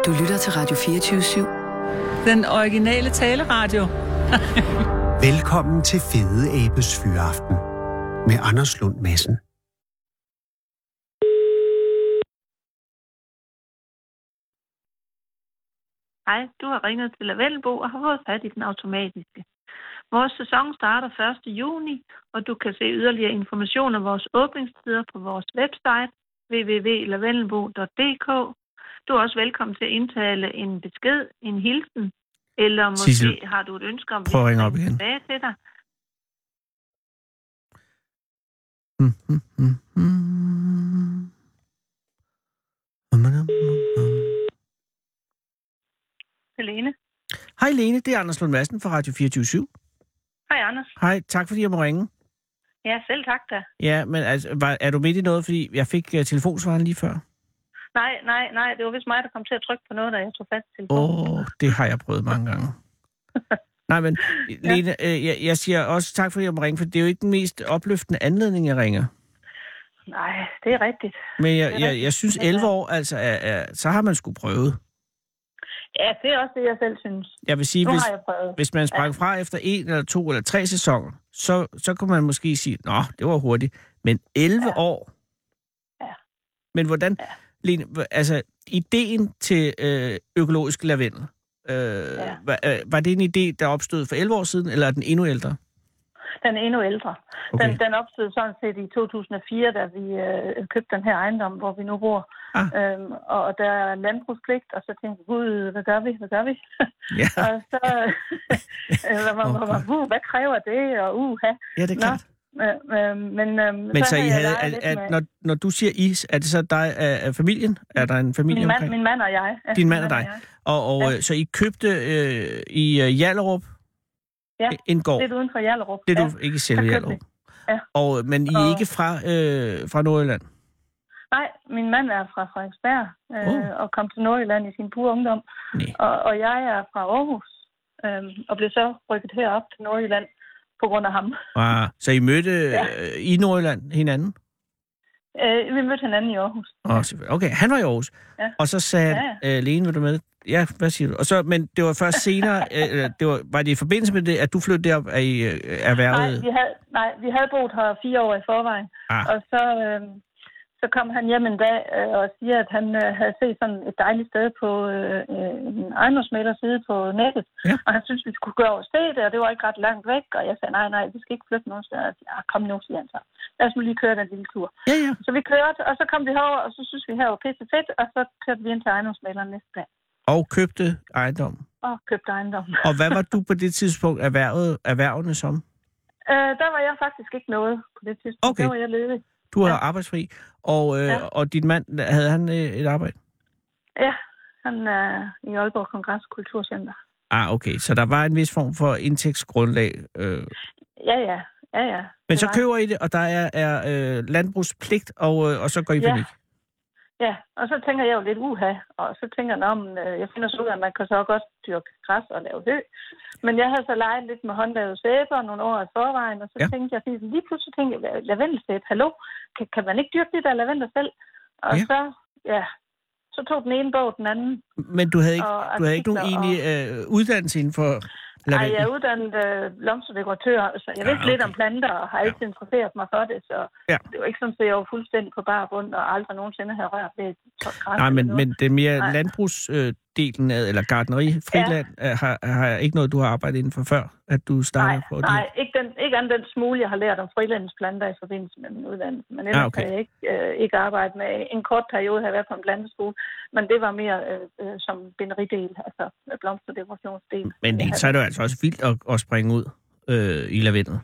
Du lytter til Radio 24/7. Den originale taleradio. Velkommen til Fede Abes Fyraften med Anders Lund Madsen. Hej, du har ringet til Lavendelbo og har fået fat i den automatiske. Vores sæson starter 1. juni, og du kan se yderligere information om vores åbningstider på vores website www.lavendelbo.dk. Du er også velkommen til at indtale en besked, en hilsen, eller måske Sissel, har du et ønske om, prøv at ringe op vi igen. tilbage til dig. Helene. Hej Lene, det er Anders Lund Madsen fra Radio 24/7. Hej, Anders. Hej, tak fordi jeg må ringe. Ja, selv tak da. Ja, men altså, er du midt i noget, fordi jeg fik telefonsvaren lige før? Nej, det var vist mig, der kom til at trykke på noget, da jeg tog fat i telefonen. Det har jeg prøvet mange gange. Nej, men Lene, jeg siger også tak fordi jeg må ringe, for det er jo ikke den mest opløftende anledning, jeg ringer. Nej, det er rigtigt. Men jeg synes 11 år, altså, så har man sgu prøvet. Ja, det er også det, jeg selv synes. Jeg vil sige, hvis man sprang fra efter 1 eller 2 eller 3 sæsoner, så kunne man måske sige, nå, det var hurtigt. Men 11 år? Ja. Men hvordan, Lene, altså, ideen til økologisk lavendel, var det en idé, der opstod for 11 år siden, eller er den endnu ældre? Den er endnu ældre. Okay. Den opstod sådan set i 2004, da vi købte den her ejendom, hvor vi nu bor. Og der er landbrugspligt, og så tænkte vi, gud, hvad gør vi? Ja. Og så, hvad kræver det? Og Ja, det er klart. Men så I havde, når du siger I, er det så dig af familien? Er der en familie omkring? Min mand og jeg. Ja, din mand og dig. Og så I købte i Hjallerup? Ja, en gård. lidt uden for Hjallerup. Det er du ikke selv i Hjallerup. Ja. Men I er ikke fra Nordjylland? Nej, min mand er fra Frederiksberg og kom til Nordjylland i sin pure ungdom. Og jeg er fra Aarhus og blev så rykket herop til Nordjylland på grund af ham. Så I mødte i Nordjylland hinanden? Vi mødte hinanden i Aarhus. Okay, han var i Aarhus. Ja. Og så sagde han, Lene, vil du med? Ja, hvad siger du? Og så, men det var først senere, var det i forbindelse med det, at du flyttede derop af erhvervet? Nej, vi havde boet her 4 år i forvejen. Og så kom han hjem en dag og siger, at han havde set sådan et dejligt sted på en ejendomsmæglerside på nettet. Ja. Og han syntes, vi skulle gå over og se det, og det var ikke ret langt væk. Og jeg sagde, nej, vi skal ikke flytte nogen steder. Kom nu, siger han så. Lad os nu lige køre den lille tur. Ja. Så vi kørte, og så kom vi herover, og så synes vi, her var pisse fedt, og så kørte vi ind til ejendomsmægleren næste dag. Og købte ejendom? Og hvad var du på det tidspunkt erhvervende som? Der var jeg faktisk ikke noget på det tidspunkt. Okay. Der var jeg ledig. Du var arbejdsfri, og din mand, havde han et arbejde? Ja, han er i Aalborg Kongress Kulturcenter. Okay, så der var en vis form for indtægtsgrundlag? Ja. Men så køber I det, og der er landbrugspligt, og så går I panik? Ja, og så tænker jeg jo lidt og så tænker jeg, jeg finder så ud af, at man kan så godt dyrke græs og lave hø. Men jeg havde så leget lidt med håndlavet sæber nogle år i forvejen, og så tænkte jeg, lige pludselig tænkte jeg, lavendelsæb, hallo, kan man ikke dyrke det der lavendel selv? Og så tog den ene bog den anden. Men du havde ikke nogen egentlig uddannelse inden for lavendel? Nej, jeg er uddannet blomsterdekoratør, så jeg vidste lidt om planter, og har altid interesseret mig for det, så det var ikke sådan, at jeg var fuldstændig på bar bund, og aldrig nogensinde havde rørt ved et tørt græs. Nej, men det er mere landbrugsdelen, eller gartneri, friland, har ikke noget, du har arbejdet inden for før, at du startede på det? Nej, ikke andet den smule, jeg har lært om frilandsplanter i forbindelse med min uddannelse, men ellers har jeg ikke arbejdet med. En kort periode har jeg været på en planteskole, men det var mere som binderidel, altså blomsterdekorationsdel. Men så er det jo altså også vildt at springe ud i lavendel.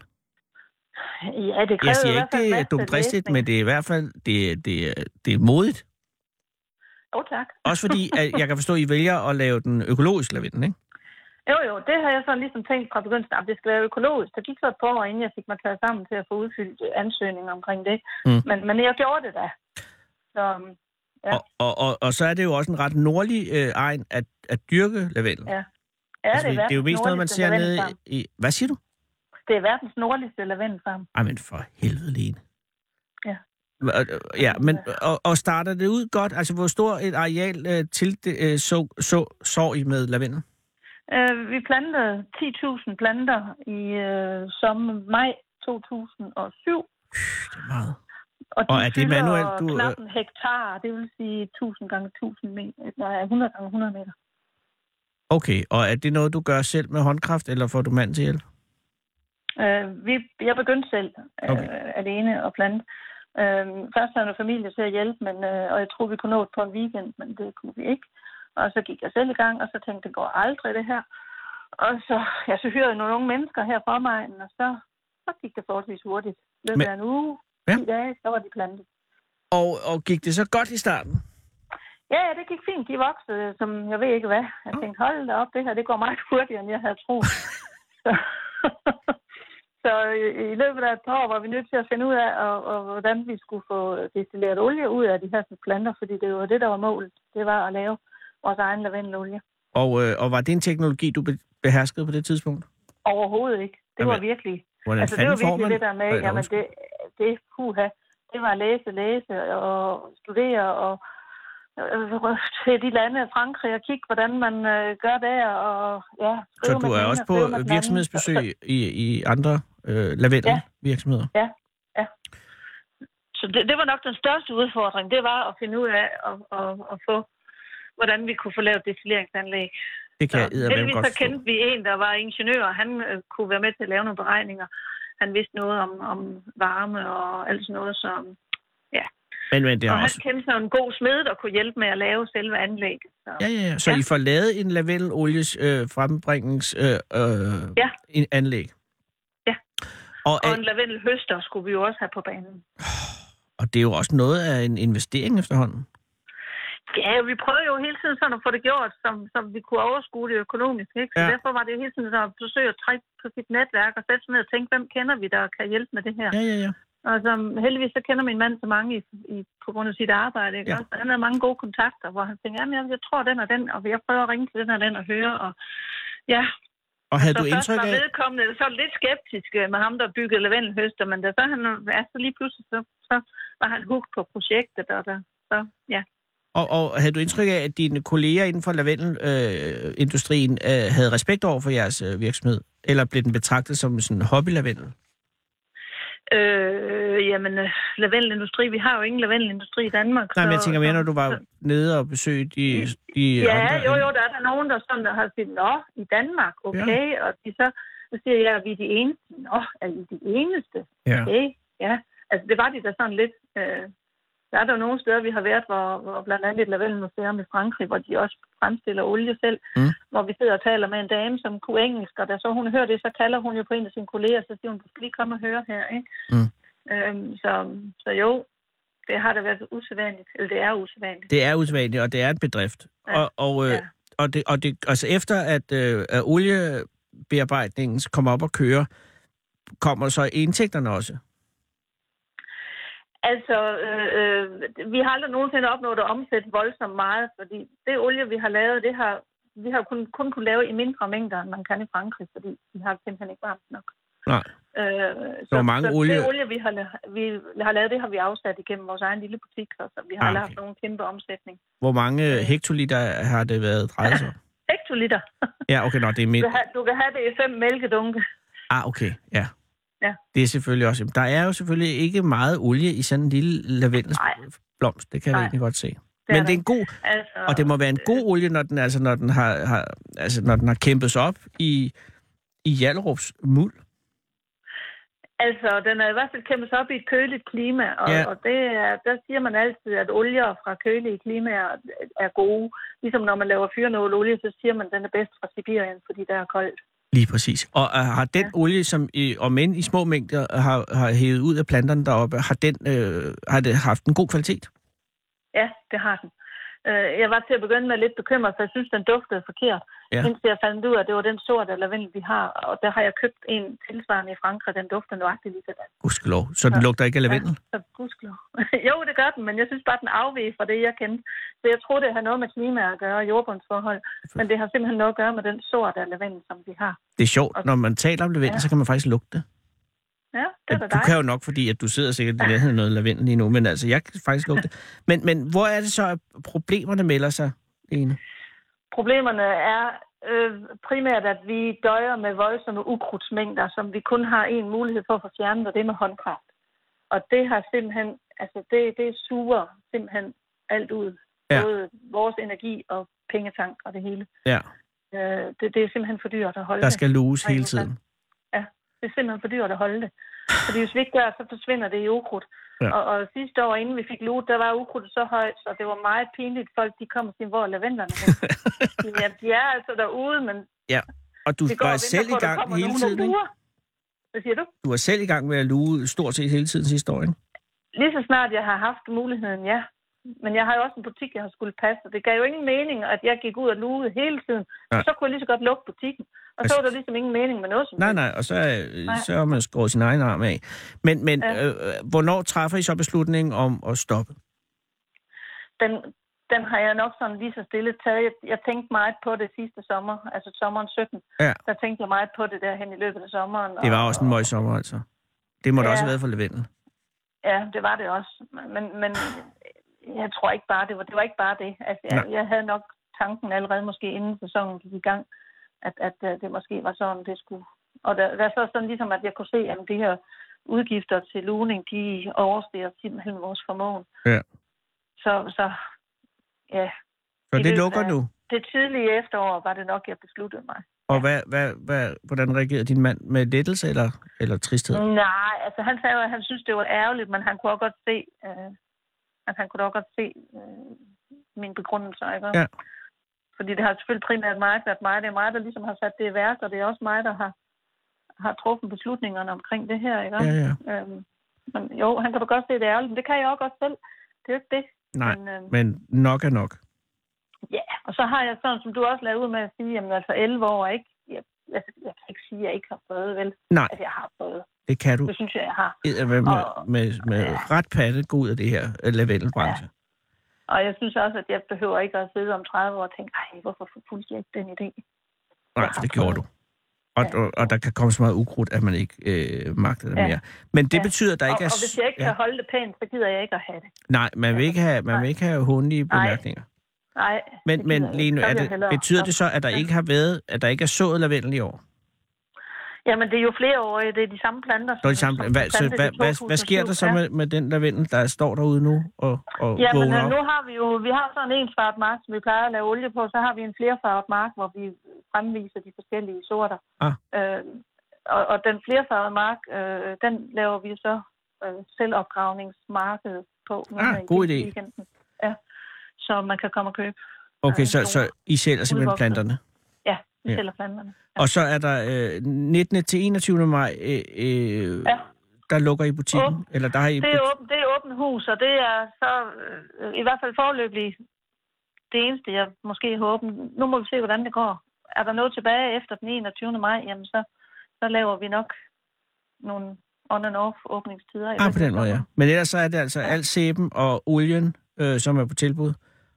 Ja, det kræver. Jeg siger ikke, det er dumdristigt, men det er i hvert fald det er modigt. Tak. Også fordi, at jeg kan forstå, at I vælger at lave den økologisk lavendel, ikke? Jo, det har jeg sådan ligesom tænkt fra begyndelsen, at det skal være økologisk. Der gik så et par år, inden jeg fik mig taget sammen til at få udfyldt ansøgninger omkring det. Men jeg gjorde det da. Så, ja. Og så er det jo også en ret nordlig egen at dyrke lavendel. Ja, altså, det er jo mest noget, man ser nede i... Hvad siger du? Det er verdens nordligste lavendelfarm. Ej, men for helvede, Lene. Ja. Ja, men og starter det ud godt? Altså, hvor stor et areal så I med lavendel? Vi plantede 10.000 planter i maj 2007. Det er meget. Og er det manuelt? Knap en hektar, det vil sige 1000 gange 1000 meter. Nej, 100 gange 100 meter. Okay, og er det noget, du gør selv med håndkraft, eller får du mand til hjælp? Jeg begyndte selv alene at plante. Først havde jeg familie til at hjælpe, og jeg troede, vi kunne nå det på en weekend, men det kunne vi ikke. Og så gik jeg selv i gang, og så tænkte jeg, det går aldrig det her. Og så hørte jeg nogle unge mennesker her på omegnen, og så gik det forholdsvis hurtigt. Løbet af en uge, 10 dage, så var de plantet. Og gik det så godt i starten? Ja, det gik fint. De voksede, som jeg ved ikke hvad. Jeg tænkte, hold da op, det her, det går meget hurtigere, end jeg havde troet. Så i løbet af et par år var vi nødt til at finde ud af, hvordan vi skulle få destilleret olie ud af de her planter, fordi det var det, der var målet. Det var at lave vores egen lavendelolie. Og var det en teknologi, du beherskede på det tidspunkt? Overhovedet ikke. Det var virkelig... Altså, det var virkelig det der med, jamen det var at læse og studere og til de lande, Frankrig, og kigge, hvordan man gør der. Og, så du er også på virksomhedsbesøg i andre lavendelvirksomheder? Ja. Så det var nok den største udfordring. Det var at finde ud af at få, hvordan vi kunne få lavet destilleringsanlæg. Det kan jeg heldigvis så kendte vi en, der var ingeniør, og han kunne være med til at lave nogle beregninger. Han vidste noget om varme og alt sådan noget, som... Men det og han kendte sig en god smed, der kunne hjælpe med at lave selve anlægget. Så. Ja. Så I får lavet en lavendelolies frembrændingsанlæg? Ja. Og en lavendelhøster skulle vi jo også have på banen. Og det er jo også noget af en investering efterhånden. Ja, vi prøver jo hele tiden sådan at få det gjort, som vi kunne overskue det økonomisk. Ikke? Så derfor var det jo hele tiden så at forsøge at trække på sit netværk og sætte sig ned og tænke, hvem kender vi, der kan hjælpe med det her. Ja. Og heldigvis så kender min mand så mange på grund af sit arbejde. Ikke? Ja. Han har mange gode kontakter, hvor han tænker, jamen jeg tror den og den, og jeg prøver at ringe til den og den og høre. Og havde så du indtryk af... var vedkommende så lidt skeptisk med ham, der byggede lavendelhøster, men da så lige pludselig, så var han hooked på projektet, Og havde du indtryk af, at dine kolleger inden for lavendelindustrien havde respekt over for jeres virksomhed? Eller blev den betragtet som sådan en hobby-lavendel? Lavendelindustri, vi har jo ingen lavendelindustri i Danmark. Nej, men jeg tænker mere, når du var nede og besøgte de andre... Jo, der er der nogen, der har sagt, nå, i Danmark, okay, ja. Og de så siger jeg, vi er de eneste. Nå, er I de eneste? Okay, ja. Altså, det var de der sådan lidt... Der er der nogle steder, vi har været, hvor blandt andet et lavendelmuseum i Frankrig, hvor de også fremstiller olie selv, hvor vi sidder og taler med en dame, som kunne engelsk, og da så hun hører det, så kalder hun jo på en af sine kolleger, så siger hun, du skal lige komme og høre her, ikke? Så jo, det har da været usædvanligt, eller det er usædvanligt. Det er usædvanligt, og det er en bedrift. Ja. Og det, altså efter at oliebearbejdningen kommer op og kører, kommer så indtægterne også? Altså, vi har aldrig nogensinde opnået at omsætte voldsomt meget, fordi det olie, vi har lavet, vi har kun kunne lave i mindre mængder, end man kan i Frankrig, fordi vi har simpelthen ikke varmt nok. Nej. Så mange olie... det olie, vi har lavet, det har vi afsat igennem vores egen lille butik, så vi har aldrig haft nogen kæmpe omsætning. Hvor mange hektoliter har det været drejet sig? Hektoliter? Ja, okay, det er mindre. Du kan have det i 5 mælkedunke. Okay, ja. Det er selvfølgelig også... Der er jo selvfølgelig ikke meget olie i sådan en lille lavendelsblomst. Det kan jeg egentlig godt se. Men det er en god... og det må være en god olie, når den har kæmpet sig op i Hjallerups muld. Altså, den er i hvert fald kæmpet sig op i et køligt klima, og der siger man altid, at olier fra kølige klimaer er gode. Ligesom når man laver fyrenålolie, så siger man, at den er bedst fra Sibirien, fordi der er koldt. Lige præcis. Og har den olie, som om end i små mængder har hævet ud af planterne deroppe, har det haft en god kvalitet? Ja, det har den. Jeg var til at begynde med lidt bekymret, for jeg synes, den duftede forkert. Indtil jeg fandt ud af, at det var den sorte lavendel, vi har. Og der har jeg købt en tilsvarende i Frankrig, den dufter nøjagtigt lige sådan. Gudskelov. Så den lugter ikke af lavendel? Ja, så gudskelov. Jo, det gør den, men jeg synes bare, den afviger fra det, jeg kendte. Så jeg tror, det har noget med klima at gøre, jordbundsforhold. Men det har simpelthen noget at gøre med den sorte lavendel, som vi har. Det er sjovt. Når man taler om lavendel, så kan man faktisk lugte det. Ja, det er da du kan jo nok, fordi at du sidder sikkert i nærheden af noget lavendel lige nu, men altså, jeg kan faktisk lugte det. Men hvor er det så, at problemerne melder sig, Lene? Problemerne er primært, at vi døjer med voldsomme ukrudtsmængder, som vi kun har en mulighed for at få fjernet, og det er med håndkraft. Og det har simpelthen, altså det suger simpelthen alt ud. Ja. Både vores energi og pengetank og det hele. Ja. Det er simpelthen for dyrt at holde det. Der skal luges hele tiden. Ja, det er simpelthen for dyrt at holde det. Fordi hvis vi ikke gør, så forsvinder det i ukrudt. Ja. Og sidste år, inden vi fik luet, der var ukrudtet så højt, så det var meget pinligt. Folk, de kom og siger, hvor er lavendlerne hen? Ja, de er altså derude, men... Ja, og du var selv i gang hele tiden, ikke? Hvad siger du? Du var selv i gang med at luge stort set hele tiden sidste år, ikke? Lige så snart jeg har haft muligheden, ja. Men jeg har jo også en butik, jeg har skulle passe. Det gav jo ingen mening, at jeg gik ud og lugede hele tiden. Ja. Og så kunne jeg lige så godt lukke butikken. Og så var der ligesom ingen mening med noget som det. Nej, og så har man skåret sin egen arm af. Men hvornår træffer I så beslutningen om at stoppe? Den har jeg nok sådan lige så stille taget. Jeg tænkte meget på det sidste sommer, altså sommeren 17. Ja. Der tænkte jeg meget på det der hen i løbet af sommeren. Det var også en møg sommer, altså. Det må da også have været for lavendel. Ja, det var det også. Men jeg tror ikke bare, det var ikke bare det. Altså, jeg havde nok tanken allerede måske inden sæsonen gik i gang, at det måske var sådan, det skulle. Og der så sådan ligesom, at jeg kunne se, at de her udgifter til lugning, de overstiger simpelthen vores formåen. Ja. Så ja. Så det lukker nu? Det tidlige efterår var det nok, jeg besluttede mig. Og hvordan reagerede din mand? Med lettelse eller tristhed? Nej, altså han sagde, at han synes, det var ærgerligt, men han kunne også godt se... mine begrundelser, ikke? Ja. Fordi det har selvfølgelig primært været mig. Det er mig, der ligesom har sat det i værk, og det er også mig, der har truffet beslutningerne omkring det her, ikke? Ja. Men jo, han kan da godt se, det er ærgerligt, men det kan jeg også godt selv. Det er jo ikke det. Nej, men nok er nok. Ja, og så har jeg sådan, som du også lavede ud med at sige, jamen altså 11 år, ikke? Jeg kan ikke sige, at jeg ikke har prøvet, vel? Nej. At jeg har prøvet. Det kan du. Det synes jeg har. Med ret patte gå ud af det her lavendelbranche. Ja. Og jeg synes også, at jeg behøver ikke at sidde om 30 år og tænke, hvorfor fulgte jeg ikke den idé? Nej, for det gjorde du. Og der kan komme så meget ukrudt, at man ikke magter det mere. Men det betyder, at der ikke er... Og hvis jeg ikke kan holde det pænt, så gider jeg ikke at have det. Nej, man vil ikke have hundige bemærkninger. Nej. Men Lene, betyder det så, at der ikke har været, at der ikke er sået lavendel i år? Jamen, det er jo flere år, det er de samme planter. Hvad sker der så med den lavendel, der står derude nu og vågner op? Nu har vi har sådan en ensfarvet mark, som vi plejer at lave olie på, så har vi en flerfarvet mark, hvor vi fremviser de forskellige sorter. Og den flerfarvede mark, den laver vi så selvopgravningsmarked på. God idé. Ja, så man kan komme og købe. Okay, så I sælger simpelthen planterne? Ja, vi sælger planterne. Ja. Og så er der 19. til 21. maj, der lukker I butikken? Eller der har I det er åbent hus, og det er så i hvert fald foreløbig det eneste, jeg måske håber. Nu må vi se, hvordan det går. Er der noget tilbage efter den 21. maj, jamen så laver vi nok nogle on and off åbningstider. På den måde, ja. Men ellers så er det altså alt sæben og olien, som er på tilbud.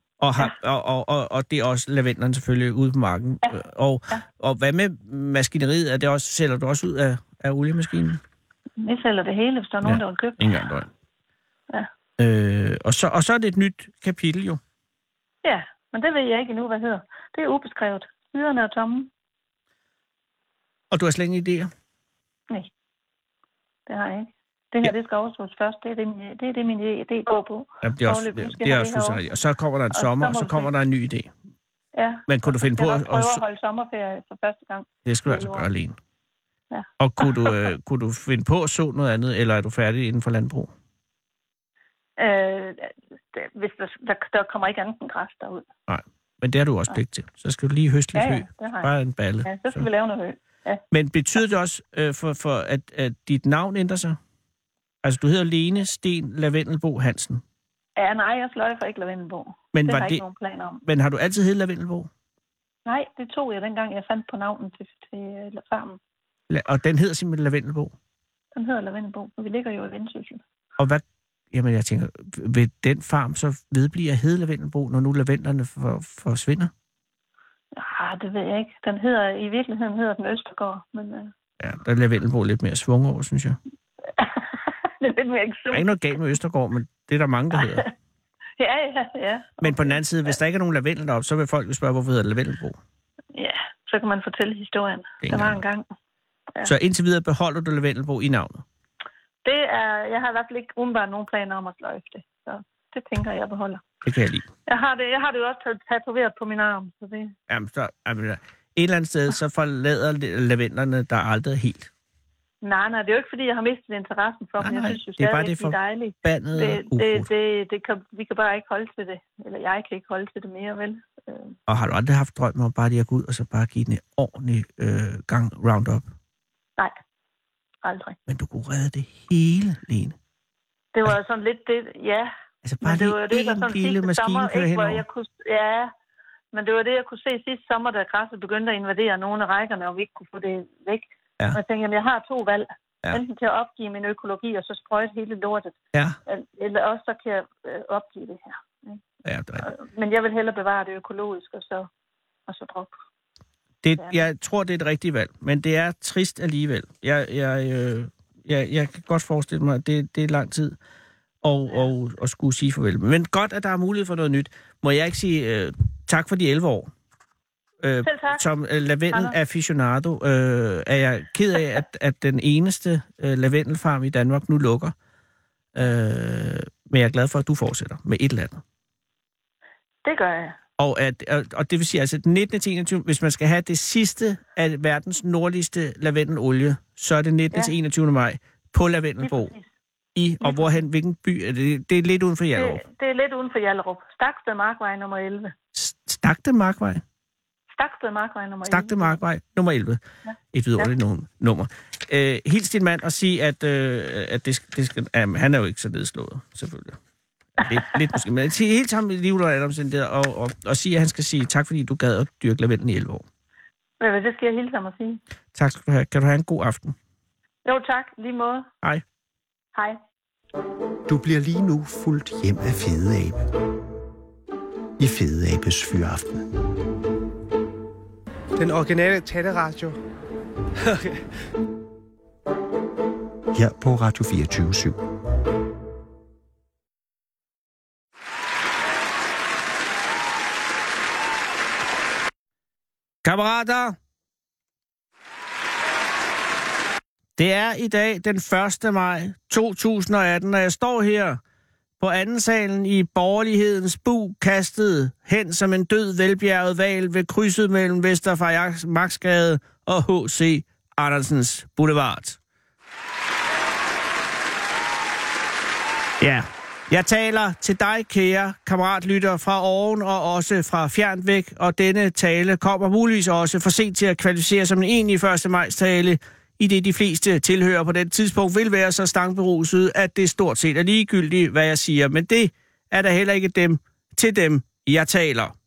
Og det er også lavendlerne selvfølgelig ude på marken. Ja. Og hvad med maskineriet? Sælger du også ud af oliemaskinen? Vi sælger det hele, hvis der er nogen, der vil købe det. Ingen gang døgn. Ja. Og så er det et nyt kapitel jo. Ja, men det ved jeg ikke endnu, hvad hedder. Det er ubeskrevet. Siderne er tomme. Og du har slet ingen idéer? Nej, det har jeg ikke. Det her, det skal overstås først. Det er det, min idé går på. Ja, det er også fuldstændig. Og så kommer der en sommer, og så kommer der en ny idé. Ja. Men kunne du finde på at prøve at holde sommerferie for første gang? Det skal du altså gøre alene. Ja. Og kunne du finde på at så noget andet, eller er du færdig inden for landbrug? Hvis der kommer ikke andet end græs derud. Nej, men det har du også pligt til. Så skal du lige høste lidt hø. Bare en balle. Ja, så skal vi lave noget hø. Ja. Men betyder det også, at dit navn ændrer sig? Altså, du hedder Lene Sten Lavendelbo Hansen. Ja, nej, jeg sløjfer ikke Lavendelbo. Men det har jeg ikke nogen planer om. Men har du altid heddet Lavendelbo? Nej, det tog jeg dengang, jeg fandt på navnet til farmen. Og den hedder simpelthen Lavendelbo? Den hedder Lavendelbo, og vi ligger jo i Vendsyssel. Og hvad... Jamen, jeg tænker, vil den farm så vedblive at hedde Lavendelbo, når nu lavendlerne forsvinder? Ja, det ved jeg ikke. I virkeligheden hedder den Østergaard, men... Ja, der er Lavendelbo lidt mere svung over, synes jeg. Det er lidt mere eksotisk. Der er ikke noget galt med Østergaard, men det er der mange, der hedder. Ja. Men på den anden side, hvis der ikke er nogen lavendel deroppe, så vil folk jo spørge, hvorfor hedder det Lavendelbro? Ja, så kan man fortælle historien. Der var en gang. Ja. Så indtil videre beholder du Lavendelbro i navnet? Jeg har i hvert fald ikke umiddelbart nogen planer om at sløjfe det. Så det tænker jeg beholder. Det kan jeg lide. Jeg har det jo også tatoveret på min arm. Så det... Jamen, et eller andet sted, så forlader lavendlerne der aldrig helt. Nej, det er jo ikke, fordi jeg har mistet interessen for dem. Jeg synes jo det er bare det for dejligt. Vi kan bare ikke holde til det. Eller jeg kan ikke holde til det mere, vel? Og har du aldrig haft drøm om bare lige at gå ud og så bare give den en ordentlig gang Roundup? Nej, aldrig. Men du kunne redde det hele, Lene. Det var sådan lidt det, ja. Altså bare lige en lille maskine kører henover. Ja, men det var det, jeg kunne se sidste sommer, da græsset begyndte at invadere nogle af rækkerne, og vi ikke kunne få det væk. Ja. Og jeg tænkte, jeg har 2 valg. Ja. Enten til at opgive min økologi, og så sprøjte hele lortet. Ja. Eller også så kan jeg opgive det her. Ja, det er men jeg vil hellere bevare det økologisk, og så droppe. Jeg tror, det er et rigtigt valg, men det er trist alligevel. Jeg kan godt forestille mig, at det er lang tid at skulle sige farvel. Men godt, at der er mulighed for noget nyt. Må jeg ikke sige tak for de 11 år? Som lavendel-aficionado er jeg ked af, at den eneste lavendelfarm i Danmark nu lukker. Men jeg er glad for, at du fortsætter med et eller andet. Det gør jeg. Og det vil sige, altså den 19. til 21. Hvis man skal have det sidste af verdens nordligste lavendelolie, så er det 19. til 21. maj på Lavendelbro. Og hvorhen, hvilken by er det? Det er lidt uden for Hjallerup. Det er lidt uden for Hjallerup. Stakste Markvej nummer 11. Stakste Markvej? Stakste Markvej nummer 11. Stakste Markvej nummer 11. Ja. Et vidunderligt nummer. Hils din mand og sige, at det skal, han er jo ikke så nedslået, selvfølgelig. Lidt måske. Men helt sammen med livet og Adamsen og sige, at han skal sige tak, fordi du gad at dyrke lavendel i 11 år. Det skal jeg hilse ham at sige. Tak skal du have. Kan du have en god aften? Jo, tak. Lige måde. Hej. Hej. Du bliver lige nu fuldt hjem af Fede Abe. I Fede Abes Fyraften. Den originale taleradio. Okay. Her på Radio 24/7. Kammerater, det er i dag den 1. maj 2018, og jeg står her på anden salen i borgerlighedens bu, kastet hen som en død velbjerget hval ved krydset mellem Vesterfarimaksgade og H.C. Andersens Boulevard. Ja, jeg taler til dig, kære kammeratlytter fra oven og også fra fjernt væk, og denne tale kommer muligvis også for sent til at kvalificere som en egentlig 1. majs tale, i det de fleste tilhører på den tidspunkt vil være så stangberuset, at det stort set er ligegyldigt, hvad jeg siger. Men det er da heller ikke til dem, jeg taler.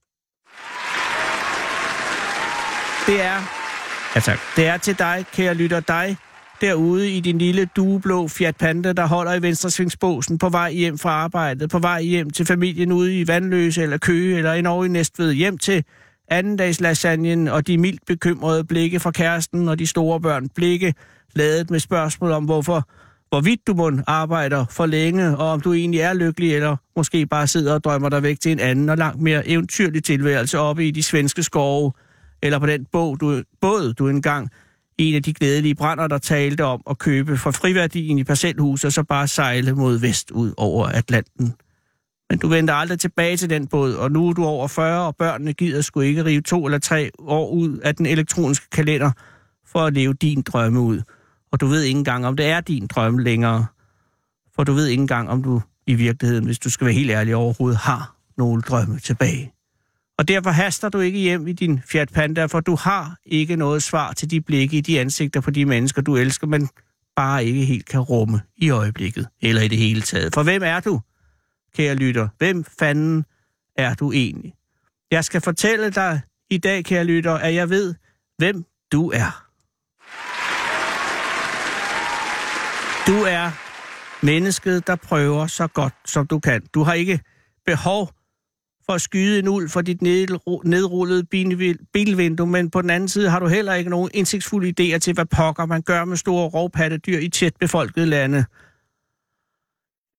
Det er til dig, kære lytter, dig derude i din lille dueblå Fiat Panda, der holder i venstresvingsbåsen på vej hjem fra arbejdet, på vej hjem til familien ude i Vandløse eller Køge eller endnu i Næstved, hjem til andendags lasagnen og de mildt bekymrede blikke fra kæresten og de store børn, blikke ladet med spørgsmål om hvorvidt du må arbejder for længe, og om du egentlig er lykkelig, eller måske bare sidder og drømmer dig væk til en anden og langt mere eventyrlig tilværelse oppe i de svenske skove, eller på den båd du engang en af de glædelige brænder, der talte om at købe for friværdien i parcelhus og så bare sejle mod vest ud over Atlanten. Men du vender aldrig tilbage til den båd, og nu er du over 40, og børnene gider sgu ikke rive 2 eller 3 år ud af den elektroniske kalender for at leve din drømme ud. Og du ved ikke engang, om det er din drømme længere. For du ved ikke engang, om du i virkeligheden, hvis du skal være helt ærlig, overhovedet har nogle drømme tilbage. Og derfor haster du ikke hjem i din Fiat Panda, for du har ikke noget svar til de blikke i de ansigter på de mennesker, du elsker, men bare ikke helt kan rumme i øjeblikket, eller i det hele taget. For hvem er du, kære lytter? Hvem fanden er du egentlig? Jeg skal fortælle dig i dag, kære lytter, at jeg ved, hvem du er. Du er mennesket, der prøver så godt, som du kan. Du har ikke behov for at skyde en ulv for dit nedrullede bilvindue, men på den anden side har du heller ikke nogen indsigtsfulde idéer til, hvad pokker man gør med store rovpattedyr i tæt befolkede lande.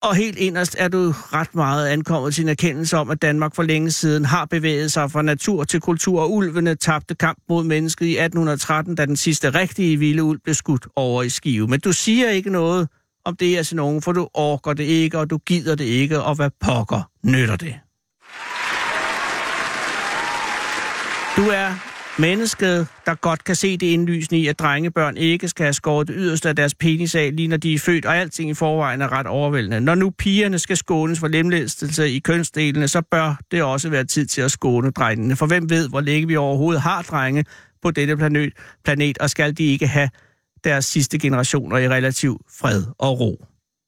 Og helt inderst er du ret meget ankommet til en erkendelse om, at Danmark for længe siden har bevæget sig fra natur til kultur, og ulvene tabte kamp mod mennesket i 1813, da den sidste rigtige vilde ulv blev skudt over i Skive. Men du siger ikke noget om det her til nogen, for du orker det ikke, og du gider det ikke, og hvad pokker nytter det? Du er mennesket, der godt kan se det indlysende i, at drengebørn ikke skal have skåret det yderste af deres penis af, lige når de er født, og alting i forvejen er ret overvældende. Når nu pigerne skal skånes for lemlæstelse i kønsdelene, så bør det også være tid til at skåne drengene. For hvem ved, hvor længe vi overhovedet har drenge på dette planet, og skal de ikke have deres sidste generationer i relativ fred og ro.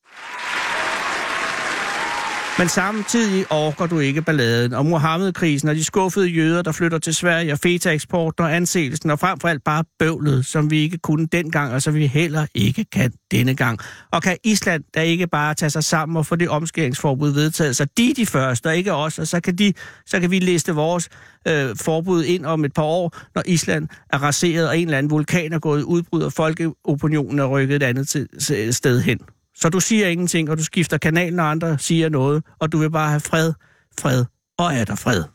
Men samtidig orker du ikke balladen og Muhammed-krisen og de skuffede jøder, der flytter til Sverige, og feta-eksporten og anseelsen, og frem for alt bare bøvlet, som vi ikke kunne dengang, og som vi heller ikke kan denne gang. Og kan Island da ikke bare tage sig sammen og få det omskæringsforbud vedtaget, så de første, og ikke os, og så kan vi liste vores forbud ind om et par år, når Island er raseret, og en eller anden vulkan er gået udbrud, og folkeopinionen er rykket et andet sted hen. Så du siger ingenting, og du skifter kanal, når andre siger noget, og du vil bare have fred, og er der fred.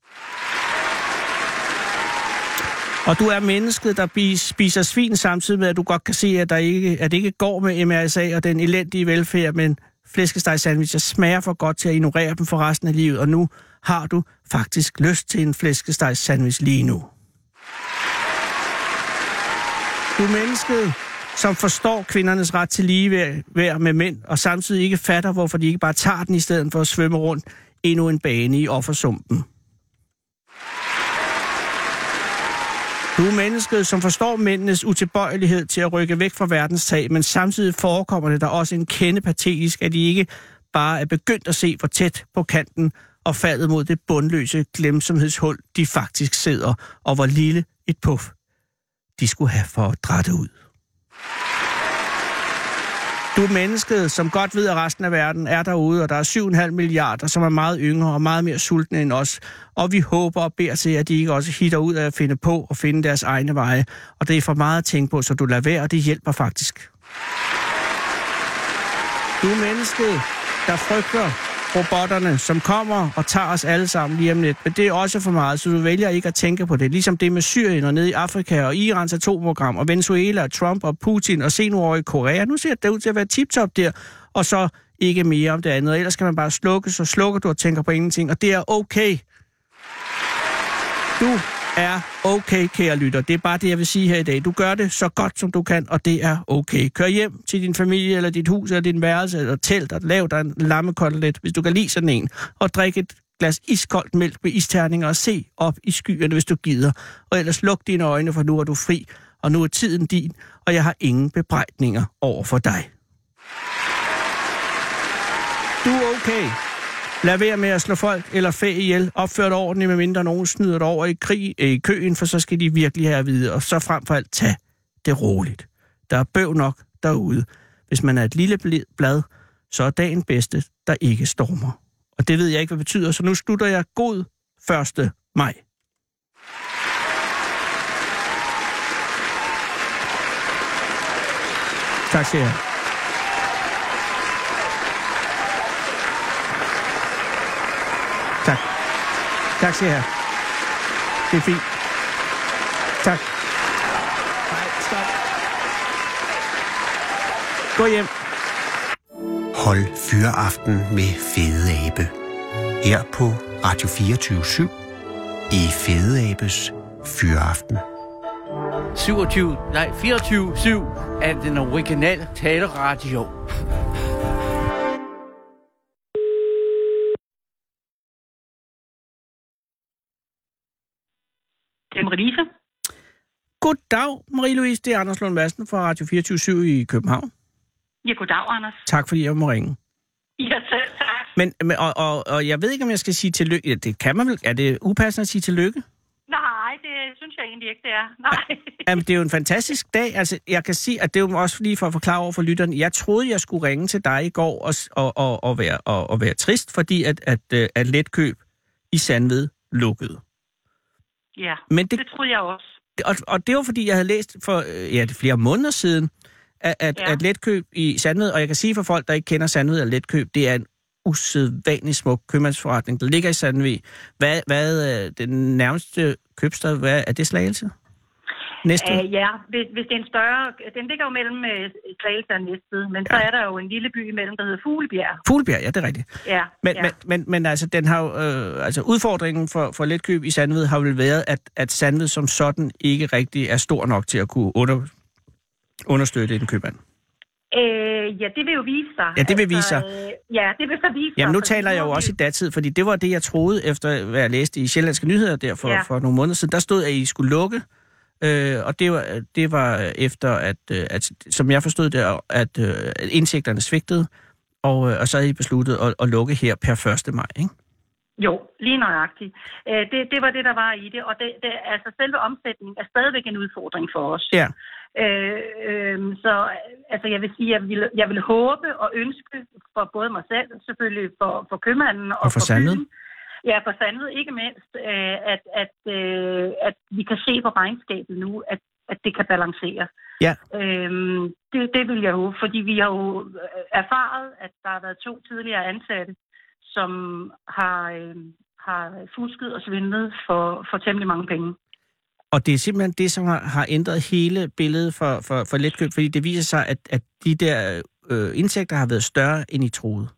Og du er mennesket, der spiser svin samtidig med, at du godt kan se, at det ikke går med MRSA og den elendige velfærd, men flæskestegsandwicher smager for godt til at ignorere dem for resten af livet, og nu har du faktisk lyst til en flæskestegsandwich lige nu. Du er mennesket, som forstår kvindernes ret til ligeværd med mænd, og samtidig ikke fatter, hvorfor de ikke bare tager den i stedet for at svømme rundt endnu en bane i offersumpen. Du er mennesket, som forstår mændenes utilbøjelighed til at rykke væk fra verdens tag, men samtidig forekommer det der også en kende patetisk, at de ikke bare er begyndt at se, hvor tæt på kanten og faldet mod det bundløse glemsomhedshul, de faktisk sidder, og hvor lille et puff de skulle have for at drætte ud. Du er mennesket, som godt ved, at resten af verden er derude, og der er 7,5 milliarder, som er meget yngre og meget mere sultne end os. Og vi håber og beder til, at de ikke også hitter ud af at finde på og finde deres egne veje. Og det er for meget at tænke på, så du lader være, og det hjælper faktisk. Du er mennesket, der frygter robotterne, som kommer og tager os alle sammen lige om lidt. Men det er også for meget, så du vælger ikke at tænke på det. Ligesom det med Syrien og nede i Afrika og Irans atomprogram og Venezuela og Trump og Putin og senere over i Korea. Nu ser det ud til at være tip-top der, og så ikke mere om det andet. Og ellers skal man bare slukke, så slukker du og tænker på ingenting. Og det er okay. Du er okay, kære lytter. Det er bare det, jeg vil sige her i dag. Du gør det så godt, som du kan, og det er okay. Kør hjem til din familie, eller dit hus, eller din værelse, eller telt, og lav dig en lammekotelet, hvis du kan lide sådan en, og drik et glas iskoldt mælk med isterninger, og se op i skyerne, hvis du gider. Og ellers luk dine øjne, for nu er du fri, og nu er tiden din, og jeg har ingen bebrejdninger over for dig. Du er okay. Lad være med at slå folk eller fæ ihjel. Opfør dig ordentligt, medmindre nogen snyder dig over i køen, for så skal de virkelig have at vide. Og så frem for alt, tag det roligt. Der er bøv nok derude. Hvis man er et lille blad, så er dagen bedste, der ikke stormer. Og det ved jeg ikke, hvad det betyder, så nu slutter jeg god 1. maj. Tak skal jeg have. Tak. Tak skal jeg have. Det er fint. Tak. Nej, stop. Gå hjem. Hold Fyraften med Fede Abe. Her på Radio 24/7 i Fede Abes Fyraften. 24/7 er den originale taleradio. Det er Marie-Louise. Goddag, Marie-Louise. Det er Anders Lund Madsen fra Radio 24/7 i København. Ja, goddag, Anders. Tak, fordi jeg må ringe. Ja, selv tak. Men og jeg ved ikke, om jeg skal sige tillykke. Ja, det kan man vel. Er det upassende at sige tillykke? Nej, det synes jeg egentlig ikke, det er. Nej. Jamen, det er jo en fantastisk dag. Altså, jeg kan sige, at det er jo også lige for at forklare over for lytterne. Jeg troede, jeg skulle ringe til dig i går og være trist, fordi at Letkøb i Sandved lukkede. Ja, men det troede jeg også. Og det var, fordi jeg havde læst for flere måneder siden, at Letkøb i Sandved, og jeg kan sige for folk, der ikke kender Sandved eller Letkøb, det er en usædvanlig smuk købmandsforretning, der ligger i Sandved. Hvad den nærmeste købstad, hvad er det, Slagelse? Næstved? Ja, hvis det er en større... Den ligger jo mellem Slagelse og Næstved, men så er der jo en lille by imellem, der hedder Fuglebjerg. Fuglebjerg, ja, det er rigtigt. Ja, men altså, den har jo, altså udfordringen for Letkøb i Sandved har vel været, at Sandved som sådan ikke rigtig er stor nok til at kunne understøtte en købmand. Ja, det vil jo vise sig. Ja, det vil vise sig. Ja, det vil så vise sig. Jamen, nu taler jeg jo også i datid, fordi det var det, jeg troede, efter hvad jeg læste i Sjællandske Nyheder der for nogle måneder siden. Der stod, at I skulle lukke, og det var efter, at som jeg forstod det, at indsigterne svigtede, og så havde I besluttet at lukke her per 1. maj, ikke? Jo, lige nøjagtigt. Det var det, der var i det, og altså selve omsætningen er stadigvæk en udfordring for os. Ja. Så altså, jeg vil sige, jeg vil håbe og ønske for både mig selv, selvfølgelig for købmanden og for Sandved. Ja, for Sandved ikke mindst, at vi kan se på regnskabet nu, at det kan balancere. Ja. Det vil jeg håbe, fordi vi har jo erfaret, at der har været 2 tidligere ansatte, som har fusket og svindlet for temmelig mange penge. Og det er simpelthen det, som har ændret hele billedet for Letkøb, fordi det viser sig, at de der indtægter har været større, end I troede.